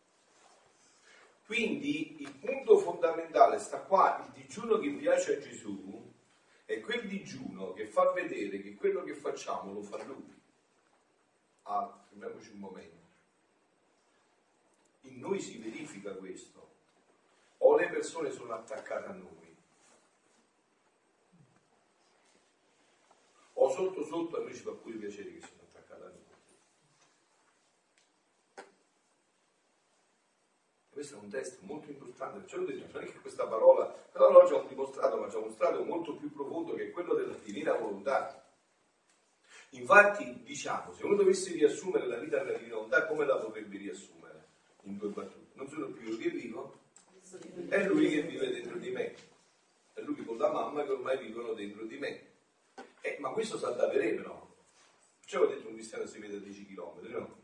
Quindi il punto fondamentale sta qua, il digiuno che piace a Gesù è quel digiuno che fa vedere che quello che facciamo lo fa Lui. Ah, fermiamoci un momento. In in noi si verifica questo, o le persone sono attaccate a noi, o sotto sotto a noi ci fa pure piacere che siano attaccate a noi. Questo è un test molto importante, perciò l'ho detto, non è che questa parola, però oggi ho dimostrato, ma ci ha mostrato molto più profondo, che è quello della divina volontà. Infatti, diciamo, se uno dovesse riassumere la vita della divina volontà, come la potrebbe riassumere? In due battute. Non sono più io che vivo, è lui che vive dentro di me. È lui con la mamma che ormai vivono dentro di me. Eh, ma questo sa da vedere, no? Perciò ho detto un cristiano si vede a dieci chilometri, no?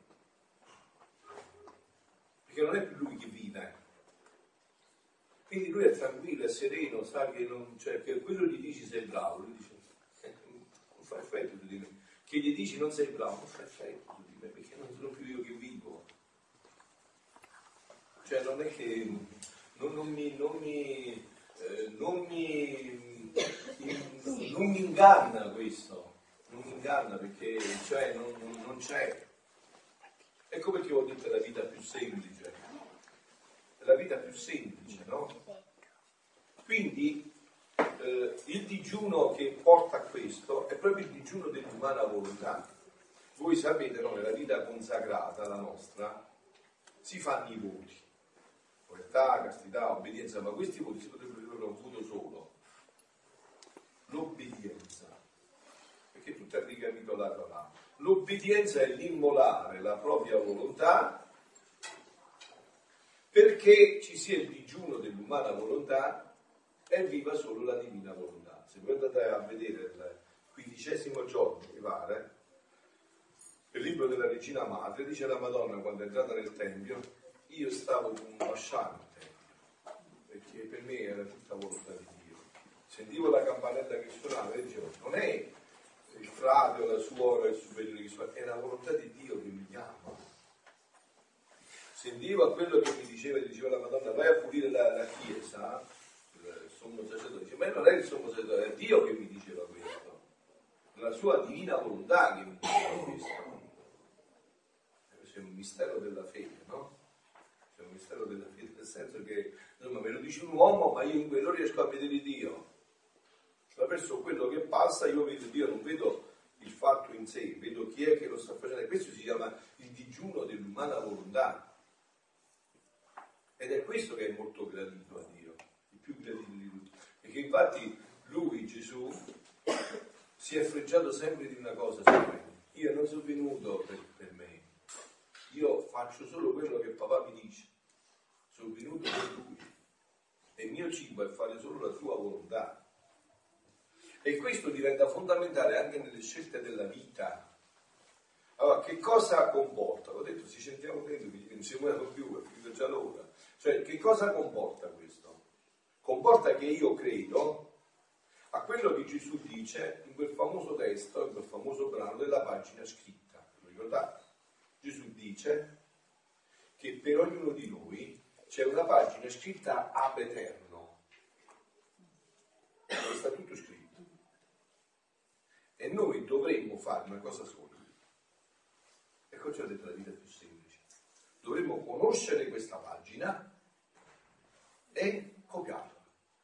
Perché non è più lui che vive. Quindi lui è tranquillo, è sereno, sa che, non, cioè, che quello gli dici sei bravo, lui dice, eh, non fa effetto su di me. Che gli dici non sei bravo, non fa effetto su di me, perché non sono più io che vivo. Cioè non è che non, non mi, non mi, eh, non mi, non mi inganna questo, non mi inganna perché cioè, non, non c'è. Ecco perché ho detto la vita più semplice, è la vita più semplice, no? Quindi eh, il digiuno che porta a questo è proprio il digiuno dell'umana volontà. Voi sapete, no, nella vita consacrata, la nostra, si fanno i voti, povertà, castità, obbedienza, ma questi voti si potrebbero avere un voto solo, l'obbedienza, perché tutto è ricapitolato là. L'obbedienza è l'immolare la propria volontà perché ci sia il digiuno dell'umana volontà e viva solo la divina volontà. Se voi andate a vedere il quindicesimo giorno, mi pare, il libro della Regina Madre, dice la Madonna quando è entrata nel Tempio, io stavo con un fasciano al Tempio, perché per me era tutta volontà di Dio. Sentivo la campanella che suonava e dicevo, non è il frate o la suora, il superiore che suona, è la volontà di Dio che mi chiama. Sentivo a quello che mi diceva, diceva la Madonna, vai a pulire la, la chiesa, il sommo sacerdote, dice, ma non è il sommo sacerdote, è Dio che mi diceva questo, la sua divina volontà che mi diceva questo. C'è un mistero della fede, no? C'è un mistero della fede, nel senso che, insomma, me lo dice un uomo, ma io in quello riesco a vedere Dio. Attraverso quello che passa io vedo Dio, non vedo il fatto in sé, vedo chi è che lo sta facendo. E questo si chiama il digiuno dell'umana volontà. Ed è questo che è molto gradito a Dio, il più gradito di tutti. Perché infatti lui, Gesù, si è fregiato sempre di una cosa, sempre. Io non sono venuto per, per me, io faccio solo quello che papà mi dice, sono venuto per lui. E il mio cibo è fare solo la sua volontà. E questo diventa fondamentale anche nelle scelte della vita. Allora, che cosa comporta? L'ho detto, ci sentiamo dentro, non ci muoviamo più, è finito già l'ora. Cioè, che cosa comporta questo? Comporta che io credo a quello che Gesù dice in quel famoso testo, in quel famoso brano della pagina scritta. Lo ricordate? Gesù dice che per ognuno di noi c'è una pagina scritta ab eterno. Sta tutto scritto. E noi dovremmo fare una cosa sola. Ecco, ci ho detto la vita più semplice. Dovremmo conoscere questa pagina e copiarla.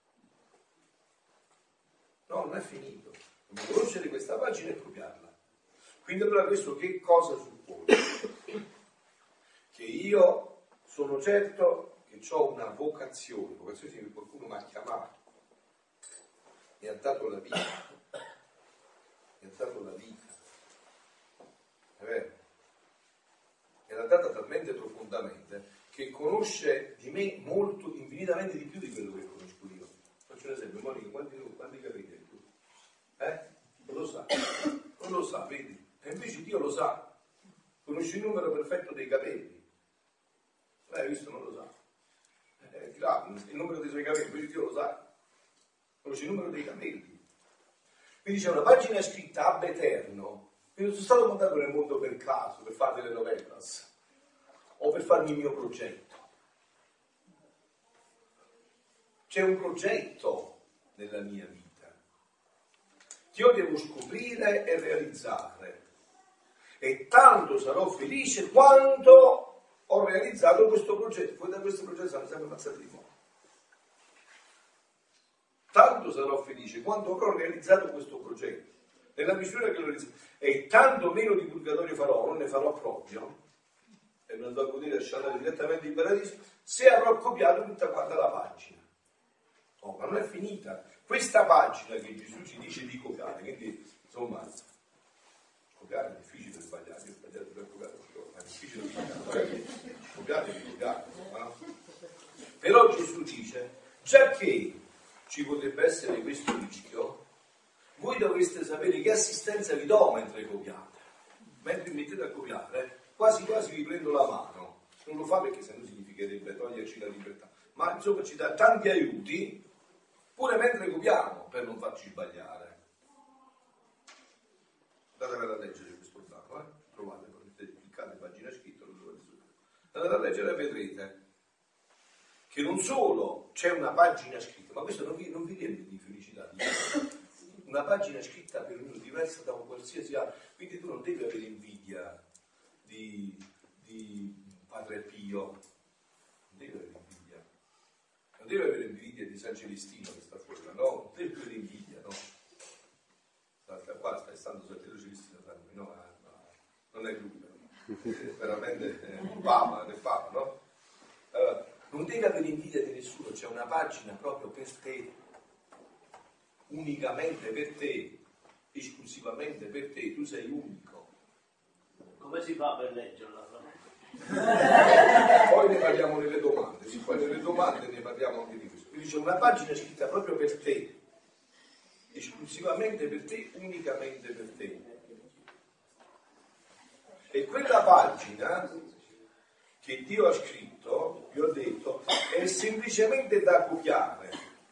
No, non è finito. Dobbiamo conoscere questa pagina e copiarla. Quindi allora questo che cosa suppone? Che io sono certo che ho una vocazione, vocazione significa che qualcuno mi ha chiamato, mi ha dato la vita. Mi ha dato la vita, è vero? Me l'ha data talmente profondamente che conosce di me molto, infinitamente di più di quello che conosco io. Faccio un esempio, Monica, quanti, quanti capelli hai tu? Eh? Non lo sa, non lo sa, vedi? E invece Dio lo sa, conosce il numero perfetto dei capelli. Lei hai visto, non lo sa. È grave, il numero dei suoi capelli, invece Dio lo sa, conosce il numero dei capelli. Quindi c'è una pagina scritta ab eterno. Quindi non sono stato mandato nel mondo per caso, per fare delle novellas o per farmi il mio progetto. C'è un progetto nella mia vita che io devo scoprire e realizzare. E tanto sarò felice quanto ho ho realizzato questo progetto, poi da questo progetto siamo sempre passati di fuoco. Tanto sarò felice quando avrò realizzato questo progetto, nella misura che lo realizzo, e tanto meno divulgatorio farò, non ne farò proprio, e non do a godere a scendere direttamente in paradiso, se avrò copiato tutta quanta la pagina. Oh, ma non è finita. Questa pagina che Gesù ci dice di copiare, quindi insomma, copiare è difficile sbagliare, io ho sbagliato per copiare, ma è difficile sbagliare, copiate di copiare, no? Però Gesù dice, già che ci potrebbe essere questo rischio, voi dovreste sapere che assistenza vi do mentre copiate. Mentre mi mettete a copiare, quasi quasi vi prendo la mano. Non lo fa perché sennò significherebbe toglierci la libertà. Ma insomma ci dà tanti aiuti, pure mentre copiamo, per non farci sbagliare. Andatevela a leggere questo brano, eh? Trovate, cliccate pagina scritta, lo trovate subito. Andate a leggere e vedrete che non solo c'è una pagina scritta, ma questo non vi, non vi riempie di felicità, di una pagina scritta per ognuno, diversa da un qualsiasi altro, quindi tu non devi avere invidia di, di Padre Pio, non devi avere invidia, non devi avere invidia di San Celestino che sta fuori, no, non devi avere invidia, no, sta, sta qua, sta stando San Celestino, no, no, non è lui, è veramente è un Papa, è Papa, no? Allora, non devi avere invidia di nessuno, c'è una pagina proprio per te, unicamente per te, esclusivamente per te, tu sei unico. Come si fa per leggerla? Poi ne parliamo nelle domande, sì, poi nelle domande ne parliamo anche di questo. Quindi c'è una pagina scritta proprio per te, esclusivamente per te, unicamente per te. E quella pagina che Dio ha scritto, vi ho detto, è semplicemente da copiare.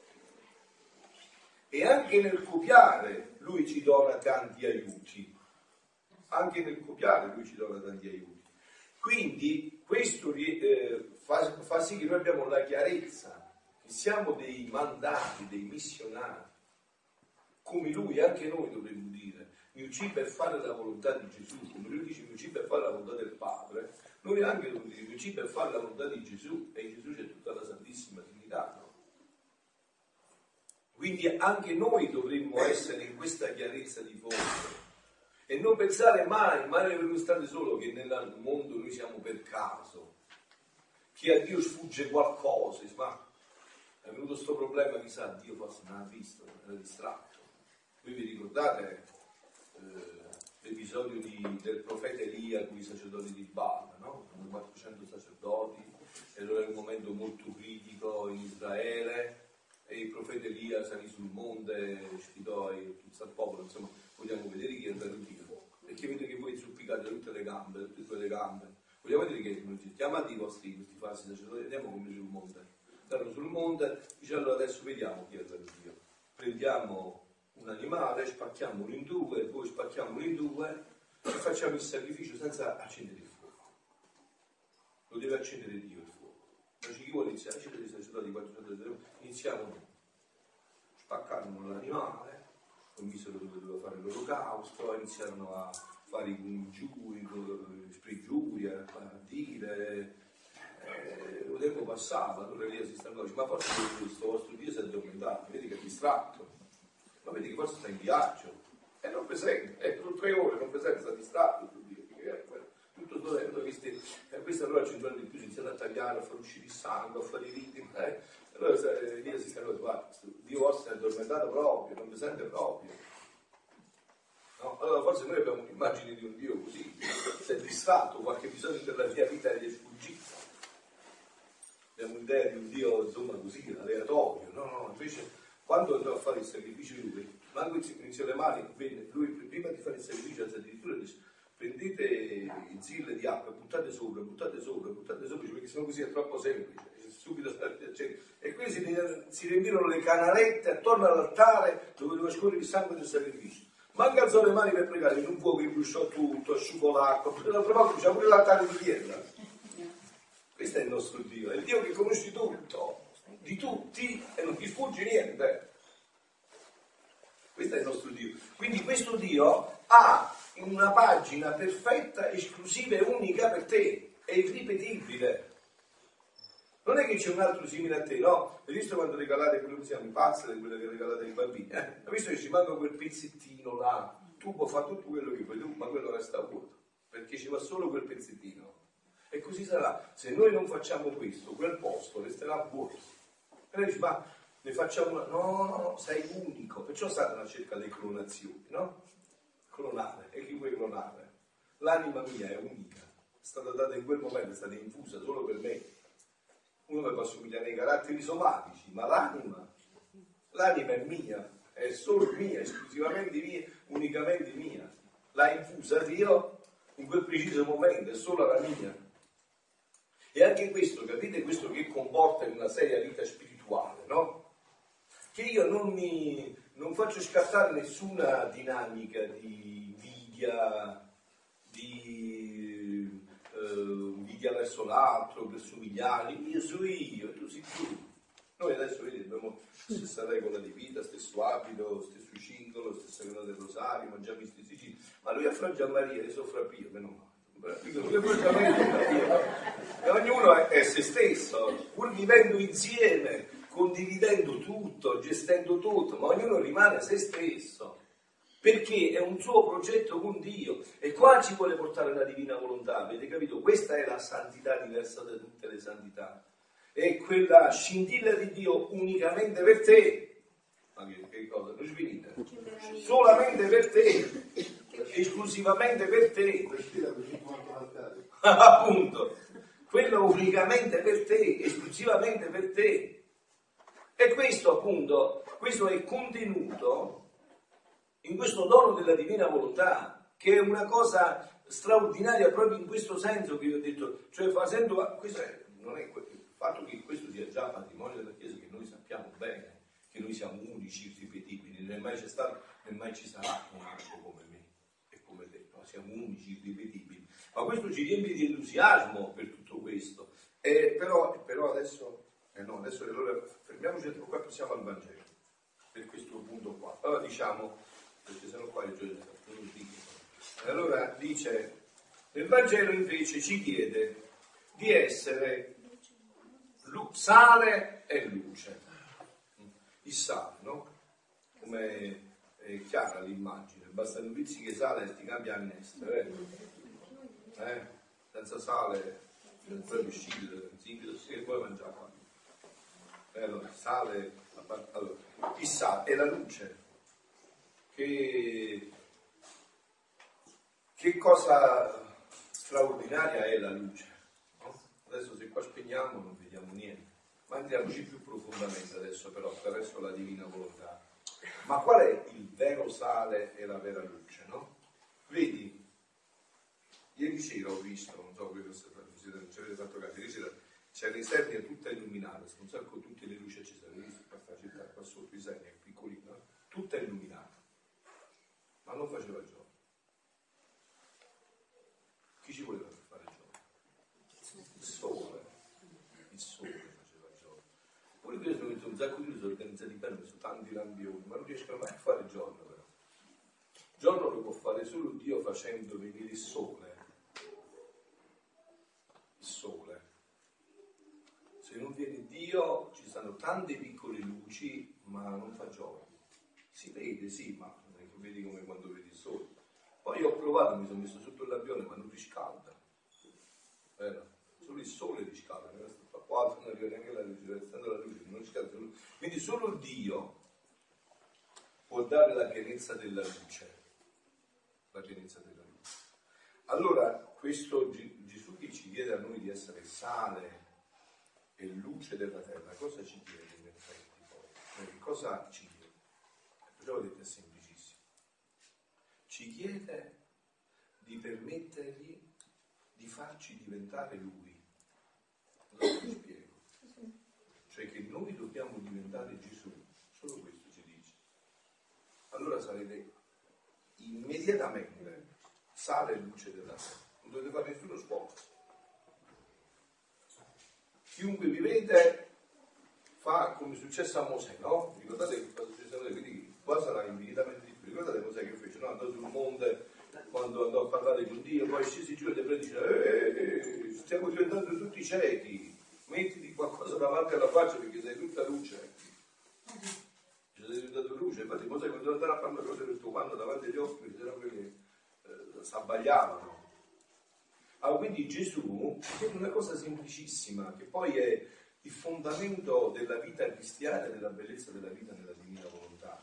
E anche nel copiare lui ci dona tanti aiuti. Anche nel copiare lui ci dona tanti aiuti. Quindi questo eh, fa, fa sì che noi abbiamo la chiarezza che siamo dei mandati, dei missionari. Come lui, anche noi dovremmo dire, mi uccidi per fare la volontà di Gesù. Come lui dice mi uccidi per fare la volontà del Padre, noi anche dovremmo dire mi uccidi per fare la volontà di Gesù. E in Gesù c'è tutta la Santissima Trinità, no? Quindi anche noi dovremmo essere in questa chiarezza di fondo e non pensare mai, mai per un istante solo che nel mondo noi siamo per caso, che a Dio sfugge qualcosa, ma è venuto questo problema, chissà, Dio forse non ha visto, era distratto. Voi vi ricordate eh, l'episodio di, del profeta Elia con i sacerdoti di Baal, no? quattrocento sacerdoti, e allora è un momento molto critico in Israele. E il profeta Elia salì sul monte, sfidò tutto il popolo, insomma, vogliamo vedere chi è il vero Dio. Perché vedete che voi zuppicate tutte le gambe, tutte e due le gambe. Vogliamo vedere che non ci chiamate i vostri, questi falsi sacerdoti, andiamo come sul monte. Andarono sul monte, dice allora adesso vediamo chi è il vero Dio. Prendiamo un animale, spacchiamolo in due, poi spacchiamolo in due e facciamo il sacrificio senza accendere il fuoco. Lo deve accendere Dio il fuoco. Invece chi vuole iniziare a accendere i sacerdoti di quattrocento, iniziamo noi. Spaccarono l'animale, commisero dove doveva fare l'olocausto, iniziarono a fare i congiuri, i sprigiuri, a, a dire, eh, lo tempo passava, allora Elia si stancò, dice, ma forse questo vostro Dio si è addormentato, vedi che è distratto, ma vedi che forse sta in viaggio, e non presente, è per tre ore, non presente, sta distratto il Dio, tutto dovendo, questi, e questo allora ci giorni di più si iniziano a tagliare, a far uscire il sangue, a fare i riti, eh? Allora Elia si stancò, guarda, Dio vostro è addormentato proprio, non presente proprio. No? Allora forse noi abbiamo un'immagine di un Dio così, si è distratto, qualche episodio della mia vita gli è sfuggito. Abbiamo un'idea di un Dio, insomma, così, aleatorio. No, no, invece quando andò a fare il sacrificio lui, manco iniziò le mani, venne, lui prima di fare il sacrificio, addirittura dice, prendete il zille di acqua, buttate sopra, buttate sopra, buttate sopra, perché sennò così è troppo semplice. Subito e qui si, si riempirono le canalette attorno all'altare dove doveva scorrere il sangue del sacrificio. Manca alzò le mani per pregare in un fuoco che bruciò tutto, asciugò l'acqua, l'altra volta bruciò pure l'altare di pietra. Questo è il nostro Dio, è il Dio che conosci tutto, di tutti e non ti sfugge niente. Questo è il nostro Dio. Quindi questo Dio ha una pagina perfetta, esclusiva e unica per te. è irripetibile. Non è che c'è un altro simile a te, no? Hai visto quando regalate quello che siamo i puzzle, quello che regalate ai bambini? Eh? Hai visto che ci manca quel pezzettino là? Tu puoi fare tutto quello che vuoi tu, ma quello resta vuoto, perché ci va solo quel pezzettino. E così sarà. Se noi non facciamo questo, quel posto resterà vuoto. E noi dici, ma ne facciamo una... No, no, no, sei unico. Perciò Satana cerca le clonazioni, no? Clonare. E chi vuoi clonare? L'anima mia è unica. È stata data in quel momento, è stata infusa solo per me. Uno mi può assomigliare ai caratteri somatici, ma l'anima, l'anima è mia, è solo mia, esclusivamente mia, unicamente mia. L'ha infusa Dio in quel preciso momento, è solo la mia. E anche questo, capite, questo che comporta in una seria vita spirituale, no? Che io non mi non faccio scattare nessuna dinamica di invidia, di invidia verso l'altro, per somigliare, io sono io, tu sei tu. Noi adesso vedi, abbiamo la stessa regola di vita, stesso abito, stesso cingolo, stessa regola del rosario, mangiamo gli stessi cibi, ma lui affrangia Maria, io soffro a Pio, meno male. E ognuno è, è se stesso, pur vivendo insieme, condividendo tutto, gestendo tutto, ma ognuno rimane se stesso. Perché è un suo progetto con Dio e qua ci vuole portare la divina volontà, avete capito? Questa è la santità diversa da tutte le santità, è quella scintilla di Dio unicamente per te. Ma che, che cosa? Non ci venite? Solamente per te, esclusivamente per te. Appunto, quello unicamente per te, esclusivamente per te. E questo appunto, questo è contenuto in questo dono della divina volontà, che è una cosa straordinaria proprio in questo senso che io ho detto, cioè facendo, questo è, non è il fatto che questo sia già patrimonio della Chiesa, che noi sappiamo bene, che noi siamo unici, irripetibili, non mai c'è stato, né mai ci sarà un altro come me e come te, no? Siamo unici, irripetibili, ma questo ci riempie di entusiasmo per tutto questo, e però, però adesso, eh no, adesso allora fermiamoci e qua passiamo al Vangelo, per questo punto qua. Allora diciamo, perché sennò qua è Giuseppe. Allora dice, nel Vangelo invece ci chiede di essere sale e luce. Il sale, no? Come è chiara l'immagine, basta un pizzico di sale e ti cambia a nesta, vero? Eh? Senza sale non puoi uscire, che puoi mangiare. Eh, allora, sale, allora, il sale è la luce. Che, che cosa straordinaria è la luce, no? Adesso se qua spegniamo non vediamo niente, ma andiamoci più profondamente adesso però attraverso la divina volontà. Ma qual è il vero sale e la vera luce, no? Vedi, ieri sera ho visto, non so se ci avete fatto caso, ieri sera c'è l'Isernia tutta illuminata, un sacco tutte le luci accese, avete visto questa città qua sotto, Isernia è piccolina, no? Tutta illuminata. Ma non faceva giorno. Chi ci voleva fare giorno? Il sole. Il sole faceva giorno. Poi io sono un sacco di sono organizzati bene, sono tanti lampioni, ma non riescono mai a fare giorno però. Giorno lo può fare solo Dio facendo venire il sole. Il sole. Se non viene Dio ci stanno tante piccole luci, ma non fa giorno. Si vede, sì, ma vedi come quando vedi il sole. Poi ho provato, mi sono messo sotto il lampione, ma non riscalda. Vero? Solo il sole riscalda, qua non arriva neanche la luce, restando la luce, non riscalda. Quindi solo Dio può dare la pienezza della luce. La pienezza della luce. Allora, questo Gesù che ci chiede a noi di essere sale e luce della terra, cosa ci chiede in effetti poi? Che cosa ci chiede? Perciò ho detto è semplicissimo. Ci chiede di permettergli di farci diventare Lui. Allora vi spiego. Cioè che noi dobbiamo diventare Gesù. Solo questo ci dice. Allora sarete immediatamente sale e luce della terra. Non dovete fare nessuno sforzo. Chiunque vivete fa come è successo a Mosè, no? Ricordate che cosa è successo a Mosè? Quindi qua sarà infinitamente di più. Ricordate Mosè che fece? No? Andò sul monte, quando andò a parlare con Dio, poi scesi giù e le predice, eh, stiamo diventando tutti ciechi, mettiti qualcosa davanti alla faccia perché sei tutta luce. Sei diventato luce, infatti Mosè quando andava a fare una cosa del tuo quando davanti agli occhi c'erano quelli che eh, s'abbagliavano. Allora, quindi Gesù è una cosa semplicissima, che poi è il fondamento della vita cristiana e della bellezza della vita nella divina volontà,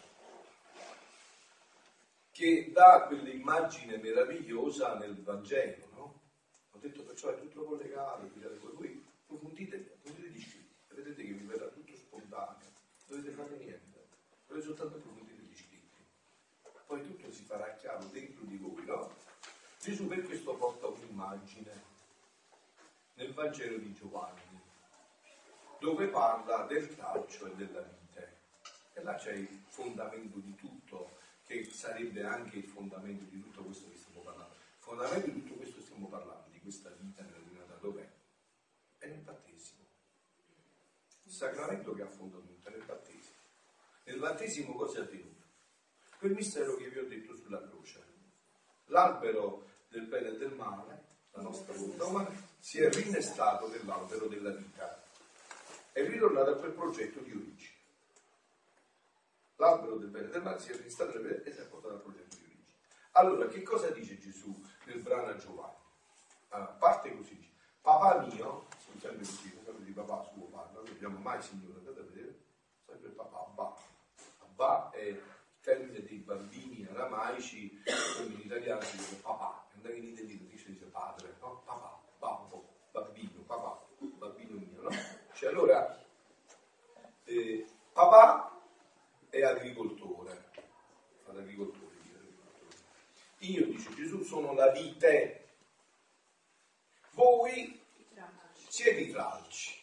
che dà quell'immagine meravigliosa nel Vangelo, no? Ho detto perciò è tutto collegato, voi approfondite, approfondite gli scritti, vedete che vi verrà tutto spontaneo, non dovete fare niente, dovete soltanto approfondire gli scritti, poi tutto si farà chiaro dentro di voi, no? Gesù per questo porta un'immagine nel Vangelo di Giovanni, dove parla del tralcio e della vite, e là c'è il fondamento di tutto, che sarebbe anche il fondamento di tutto questo che stiamo parlando. Il fondamento di tutto questo stiamo parlando, di questa vita nella divinità, dov'è? È nel battesimo. Il sacramento che ha fondamento è nel battesimo. Nel battesimo cosa è avvenuto? Quel mistero che vi ho detto sulla croce. L'albero del bene e del male, la nostra volontà umana, si è rinnestato nell'albero della vita. È ritornato a quel progetto di origine. L'albero del bene e del male si è rinnestato e si è portato al progetto di origine. Allora, che cosa dice Gesù nel brano a Giovanni? Allora, parte così, dice, papà mio, sono sempre così, sempre di papà suo parla, non vediamo mai Signore, andate a vedere, sempre papà, Abba. Abba è il termine dei bambini aramaici, quindi in italiano si dice papà, andare in italiano si dice padre, no? Papà, babbo, bambino, papà, bambino mio, no? Cioè allora, eh, papà è agricoltore, fa l'agricoltore, io, dice Gesù, sono la vite, voi siete i tralci.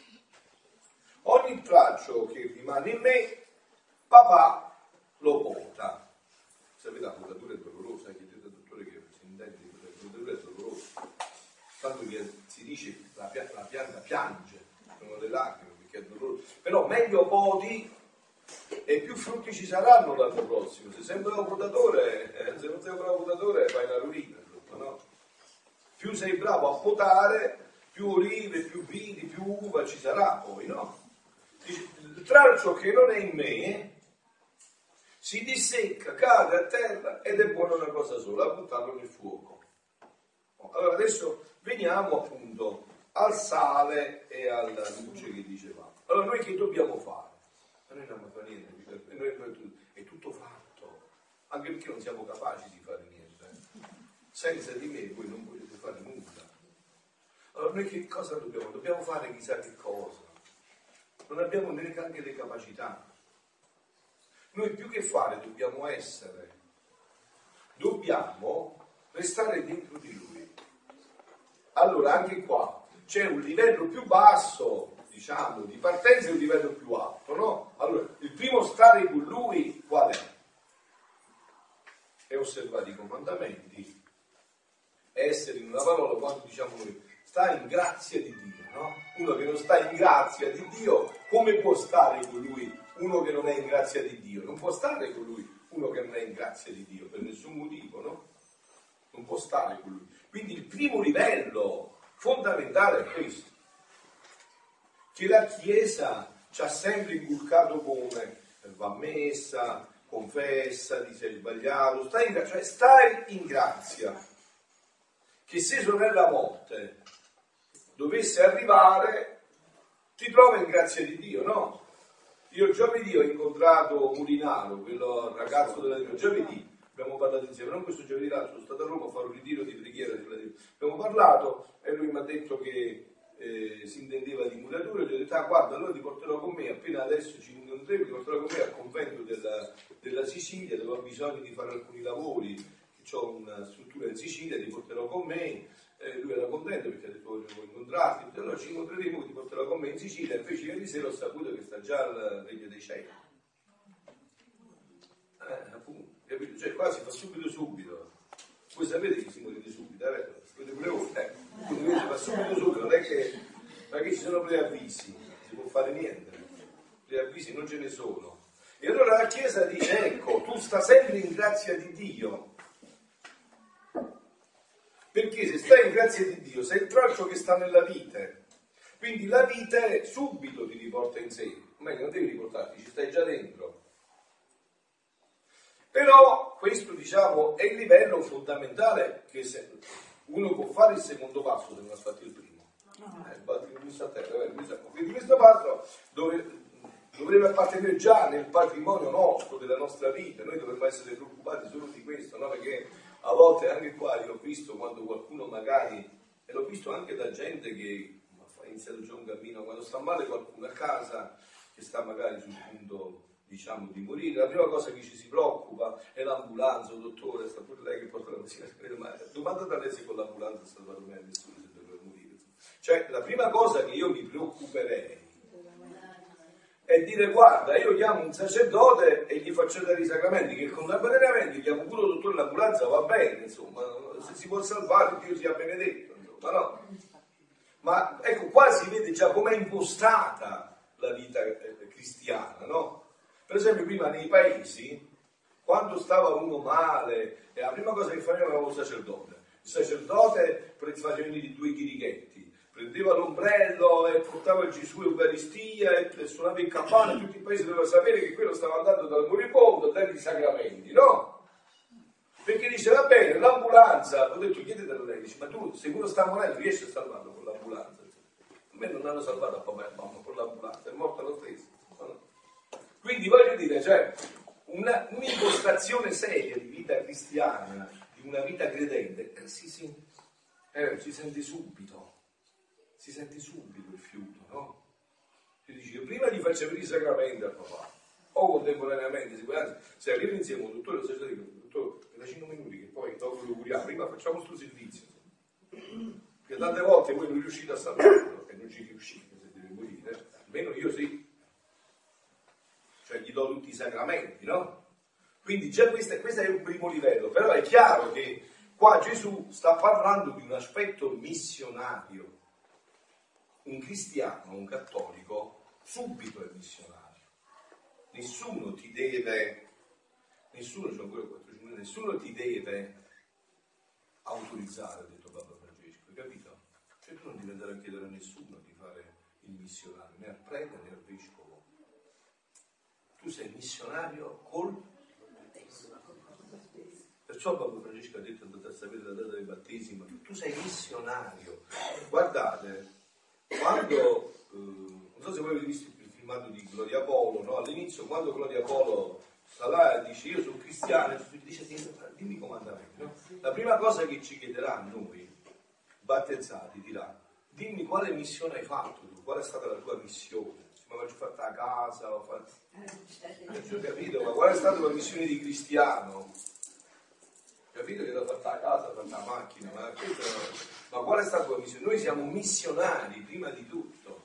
Ogni tralcio che rimane in me, papà lo pota. Sapete, la potatura è dolorosa, chiedete al dottore che si intende, la potatura è dolorosa. Tanto che si dice la, pia- la pianta piange, sono le lacrime perché è doloroso. Però meglio poti e più frutti ci saranno l'anno prossimo. Se sei un bravo potatore, eh, se non sei un bravo potatore fai la rovina, no? Più sei bravo a potare, più olive, più vini, più uva ci sarà poi, no? Il tralcio che non è in me si dissecca, cade a terra ed è buona una cosa sola, a buttarlo nel fuoco. Allora adesso veniamo appunto al sale e alla luce che dicevamo. Allora noi che dobbiamo fare? Noi non fa niente, è tutto fatto, anche perché non siamo capaci di fare niente. Senza di me voi non potete fare nulla. Allora noi che cosa dobbiamo? Dobbiamo fare chissà che cosa. Non abbiamo neanche le capacità. Noi più che fare dobbiamo essere, dobbiamo restare dentro di Lui. Allora anche qua c'è un livello più basso, diciamo, di partenza e un livello più alto, no? Allora, il primo stare con Lui qual è? È osservare i comandamenti, è essere in una parola, quando diciamo noi, sta in grazia di Dio, no? Uno che non sta in grazia di Dio, come può stare con Lui uno che non è in grazia di Dio? Non può stare con Lui uno che non è in grazia di Dio, per nessun motivo, no? Non può stare con Lui. Quindi il primo livello fondamentale è questo, che la Chiesa ci ha sempre inculcato come va a messa, confessa, ti sei sbagliato, stai in, cioè stai in grazia. Che se sorella morte dovesse arrivare, ti trova in grazia di Dio, no? Io giovedì ho incontrato Mulinaro, quello ragazzo della Dio, giovedì abbiamo parlato insieme, non questo giovedì l'altro, sono stato a Roma a fare un ritiro di preghiera, abbiamo parlato e lui mi ha detto che eh, si intendeva di muratura, e gli ho detto, ah guarda, allora ti porterò con me, appena adesso ci incontreremo, ti porterò con me al convento della, della Sicilia, dove ho bisogno di fare alcuni lavori, che ho una struttura in Sicilia, ti porterò con me. Eh, lui era contento perché ha detto voglio incontrarti, allora ci incontreremo, ti porterò con me in Sicilia, e invece ieri sera ho saputo che sta già al regno dei cieli. Eh, appunto, capito? Cioè qua si fa subito subito. Voi sapete che si muore di subito, eh? Sapete pure voi, eh? Quindi si fa subito subito, non è che, non è che ci sono preavvisi, non si può fare niente, preavvisi non ce ne sono. E allora la Chiesa dice, ecco, tu sta sempre in grazia di Dio. Perché se stai in grazia di Dio sei il traccio che sta nella vite. Quindi la vite subito ti riporta in sé. O meglio, non devi riportarti, ci stai già dentro. Però questo, diciamo, è il livello fondamentale che se uno può fare il secondo passo se non ha fatto il primo. Eh, sbatti il busto a terra, eh, quindi questo passo dove, dovrebbe appartenere già nel patrimonio nostro, della nostra vita. Noi dovremmo essere preoccupati solo di questo, no? Perché a volte anche qua io ho visto quando qualcuno magari, e l'ho visto anche da gente che ha iniziato già un cammino, quando sta male qualcuno a casa, che sta magari sul punto, diciamo, di morire, la prima cosa che ci si preoccupa è l'ambulanza, il dottore, sta pure lei che porta la medicina, ma domandate a lei se con l'ambulanza è salvato me nessuno se deve morire. Cioè, la prima cosa che io mi preoccuperei è dire: guarda, io chiamo un sacerdote e gli faccio dare i sacramenti, che con l'avvelenamento chiamo pure il dottore, l'ambulanza va bene, insomma, se si può salvare Dio sia benedetto, insomma, no? Ma ecco, qua si vede già com'è impostata la vita cristiana, no? Per esempio prima nei paesi, quando stava uno male, la prima cosa che faceva era un sacerdote. Il sacerdote faceva venire due chirichetti, prendeva l'ombrello e portava il Gesù Eucaristia e suonava il campano, e tutto il paese doveva sapere che quello stava andando dal moribondo a dare i sacramenti, no? Perché dice: va bene, l'ambulanza, ho detto chiedete a lei, dice: ma tu se uno sta morendo riesci a salvarlo con l'ambulanza? A me non hanno salvato a papà e mamma con l'ambulanza, è morto lo stesso. No? Quindi voglio dire, cioè, una, un'impostazione seria di vita cristiana, di una vita credente, eh, si, si, eh, si sente subito. Si sente subito il fiuto, no? Ti dici: io prima gli faccio aprire i sacramenti al papà, o contemporaneamente, sicuramente, se arriva insieme un dottore, se dico: dottore, da cinque minuti che poi dopo lo curiamo, prima facciamo questo servizio. Perché tante volte voi non riuscite a salvarlo e non ci riuscite, se deve morire, almeno io sì. Cioè gli do tutti i sacramenti, no? Quindi già questo, questo è un primo livello, però è chiaro che qua Gesù sta parlando di un aspetto missionario. Un cristiano, un cattolico, subito è missionario. Nessuno ti deve, nessuno, c'è ancora quattro, nessuno ti deve autorizzare, ha detto Papa Francesco, hai capito? Cioè tu non devi andare a chiedere a nessuno di fare il missionario, né al prete né al vescovo. Tu sei missionario col battesimo. Perciò Papa Francesco ha detto: andate a sapere la data del battesimo, tu sei missionario. Guardate, quando, eh, non so se voi avete visto il filmato di Gloria Polo, no? All'inizio, quando Gloria Polo sta là e dice: io sono cristiano, dice: dimmi i comandamenti, no? La prima cosa che ci chiederà a noi, battezzati, dirà: dimmi quale missione hai fatto tu, qual è stata la tua missione? Ma l'ho fatta a casa, ho fatto... ho capito, ma qual è stata la missione di cristiano? Capito che l'ho fatta a casa, fatta a macchina, ma, ma qual è stata la missione? Noi siamo missionari prima di tutto.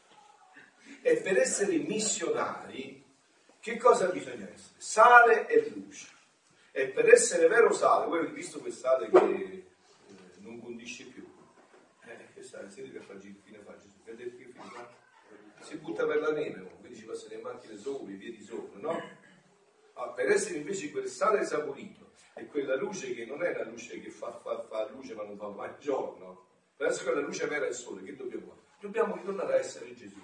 E per essere missionari, che cosa bisogna essere? Sale e luce. E per essere vero sale, voi avete visto quel sale che eh, non condisce più? Eh, che sale, siete che fa fine fa Gesù? Che ha detto che fine fa? Si butta per la neve, quindi ci passano le macchine sopra, i piedi sopra, no? Ah, per essere invece quel sale saporito e quella luce che non è la luce che fa, fa, fa luce ma non fa mai giorno, per essere quella luce vera del sole, che dobbiamo fare? Dobbiamo ritornare a essere Gesù.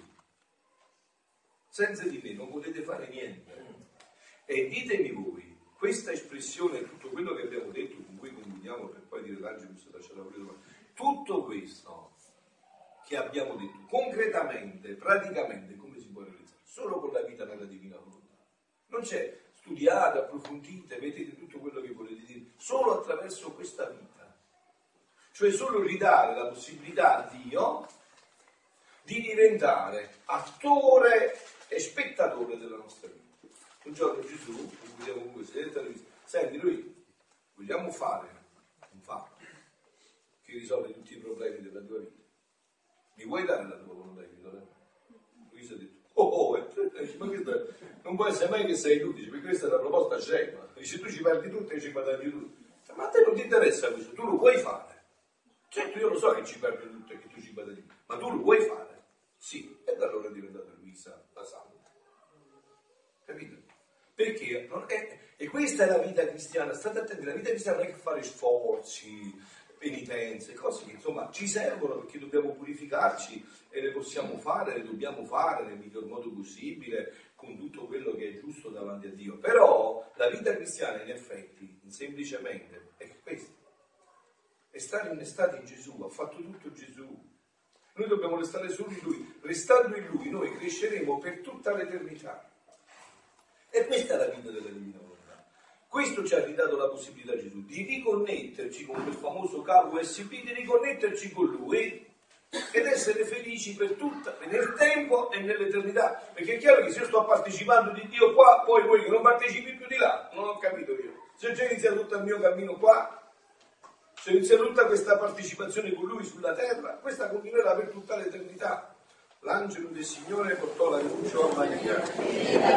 Senza di me non potete fare niente. E ditemi voi, questa espressione, tutto quello che abbiamo detto, con cui concludiamo per poi dire l'Angelus, tutto questo che abbiamo detto, concretamente, praticamente, come si può realizzare? Solo con la vita nella divina volontà. Non c'è studiate, approfondite, vedete tutto quello che volete dire, solo attraverso questa vita. Cioè solo ridare la possibilità a Dio di diventare attore e spettatore della nostra vita. Un giorno Gesù, come vediamo comunque, senti lui, vogliamo fare un fatto che risolve tutti i problemi della tua vita. Mi vuoi dare la tua volontà individuale? Lui si è detto: oh, oh, eh, ma questo non può essere mai che sei tu, dice, perché questa è la proposta cieca. Dice: tu ci perdi tutto e ci guadagni tutto. Ma a te non ti interessa questo, tu lo puoi fare. Certo, io lo so che ci perdi tutto e che tu ci guadagni, ma tu lo puoi fare? Sì, e da allora è diventata Luisa la santa. Capito? Perché non è, e questa è la vita cristiana, state attenti, la vita cristiana non è che fare sforzi, penitenze, cose che insomma ci servono perché dobbiamo purificarci e le possiamo fare, le dobbiamo fare nel miglior modo possibile, con tutto quello che è giusto davanti a Dio. Però la vita cristiana in effetti, semplicemente, è questa. È stare innestati in Gesù, ha fatto tutto Gesù. Noi dobbiamo restare solo in Lui. Restando in Lui noi cresceremo per tutta l'eternità. E questa è la vita della divina volontà. Questo ci ha ridato la possibilità Gesù di riconnetterci con quel famoso cavo U S B, di riconnetterci con Lui ed essere felici per tutta, nel tempo e nell'eternità. Perché è chiaro che se io sto partecipando di Dio qua, poi voi che non partecipi più di là, non ho capito io. Se ho già iniziato tutto il mio cammino qua, se inizia tutta questa partecipazione con Lui sulla terra, questa continuerà per tutta l'eternità. L'angelo del Signore portò l'annuncio a Maria.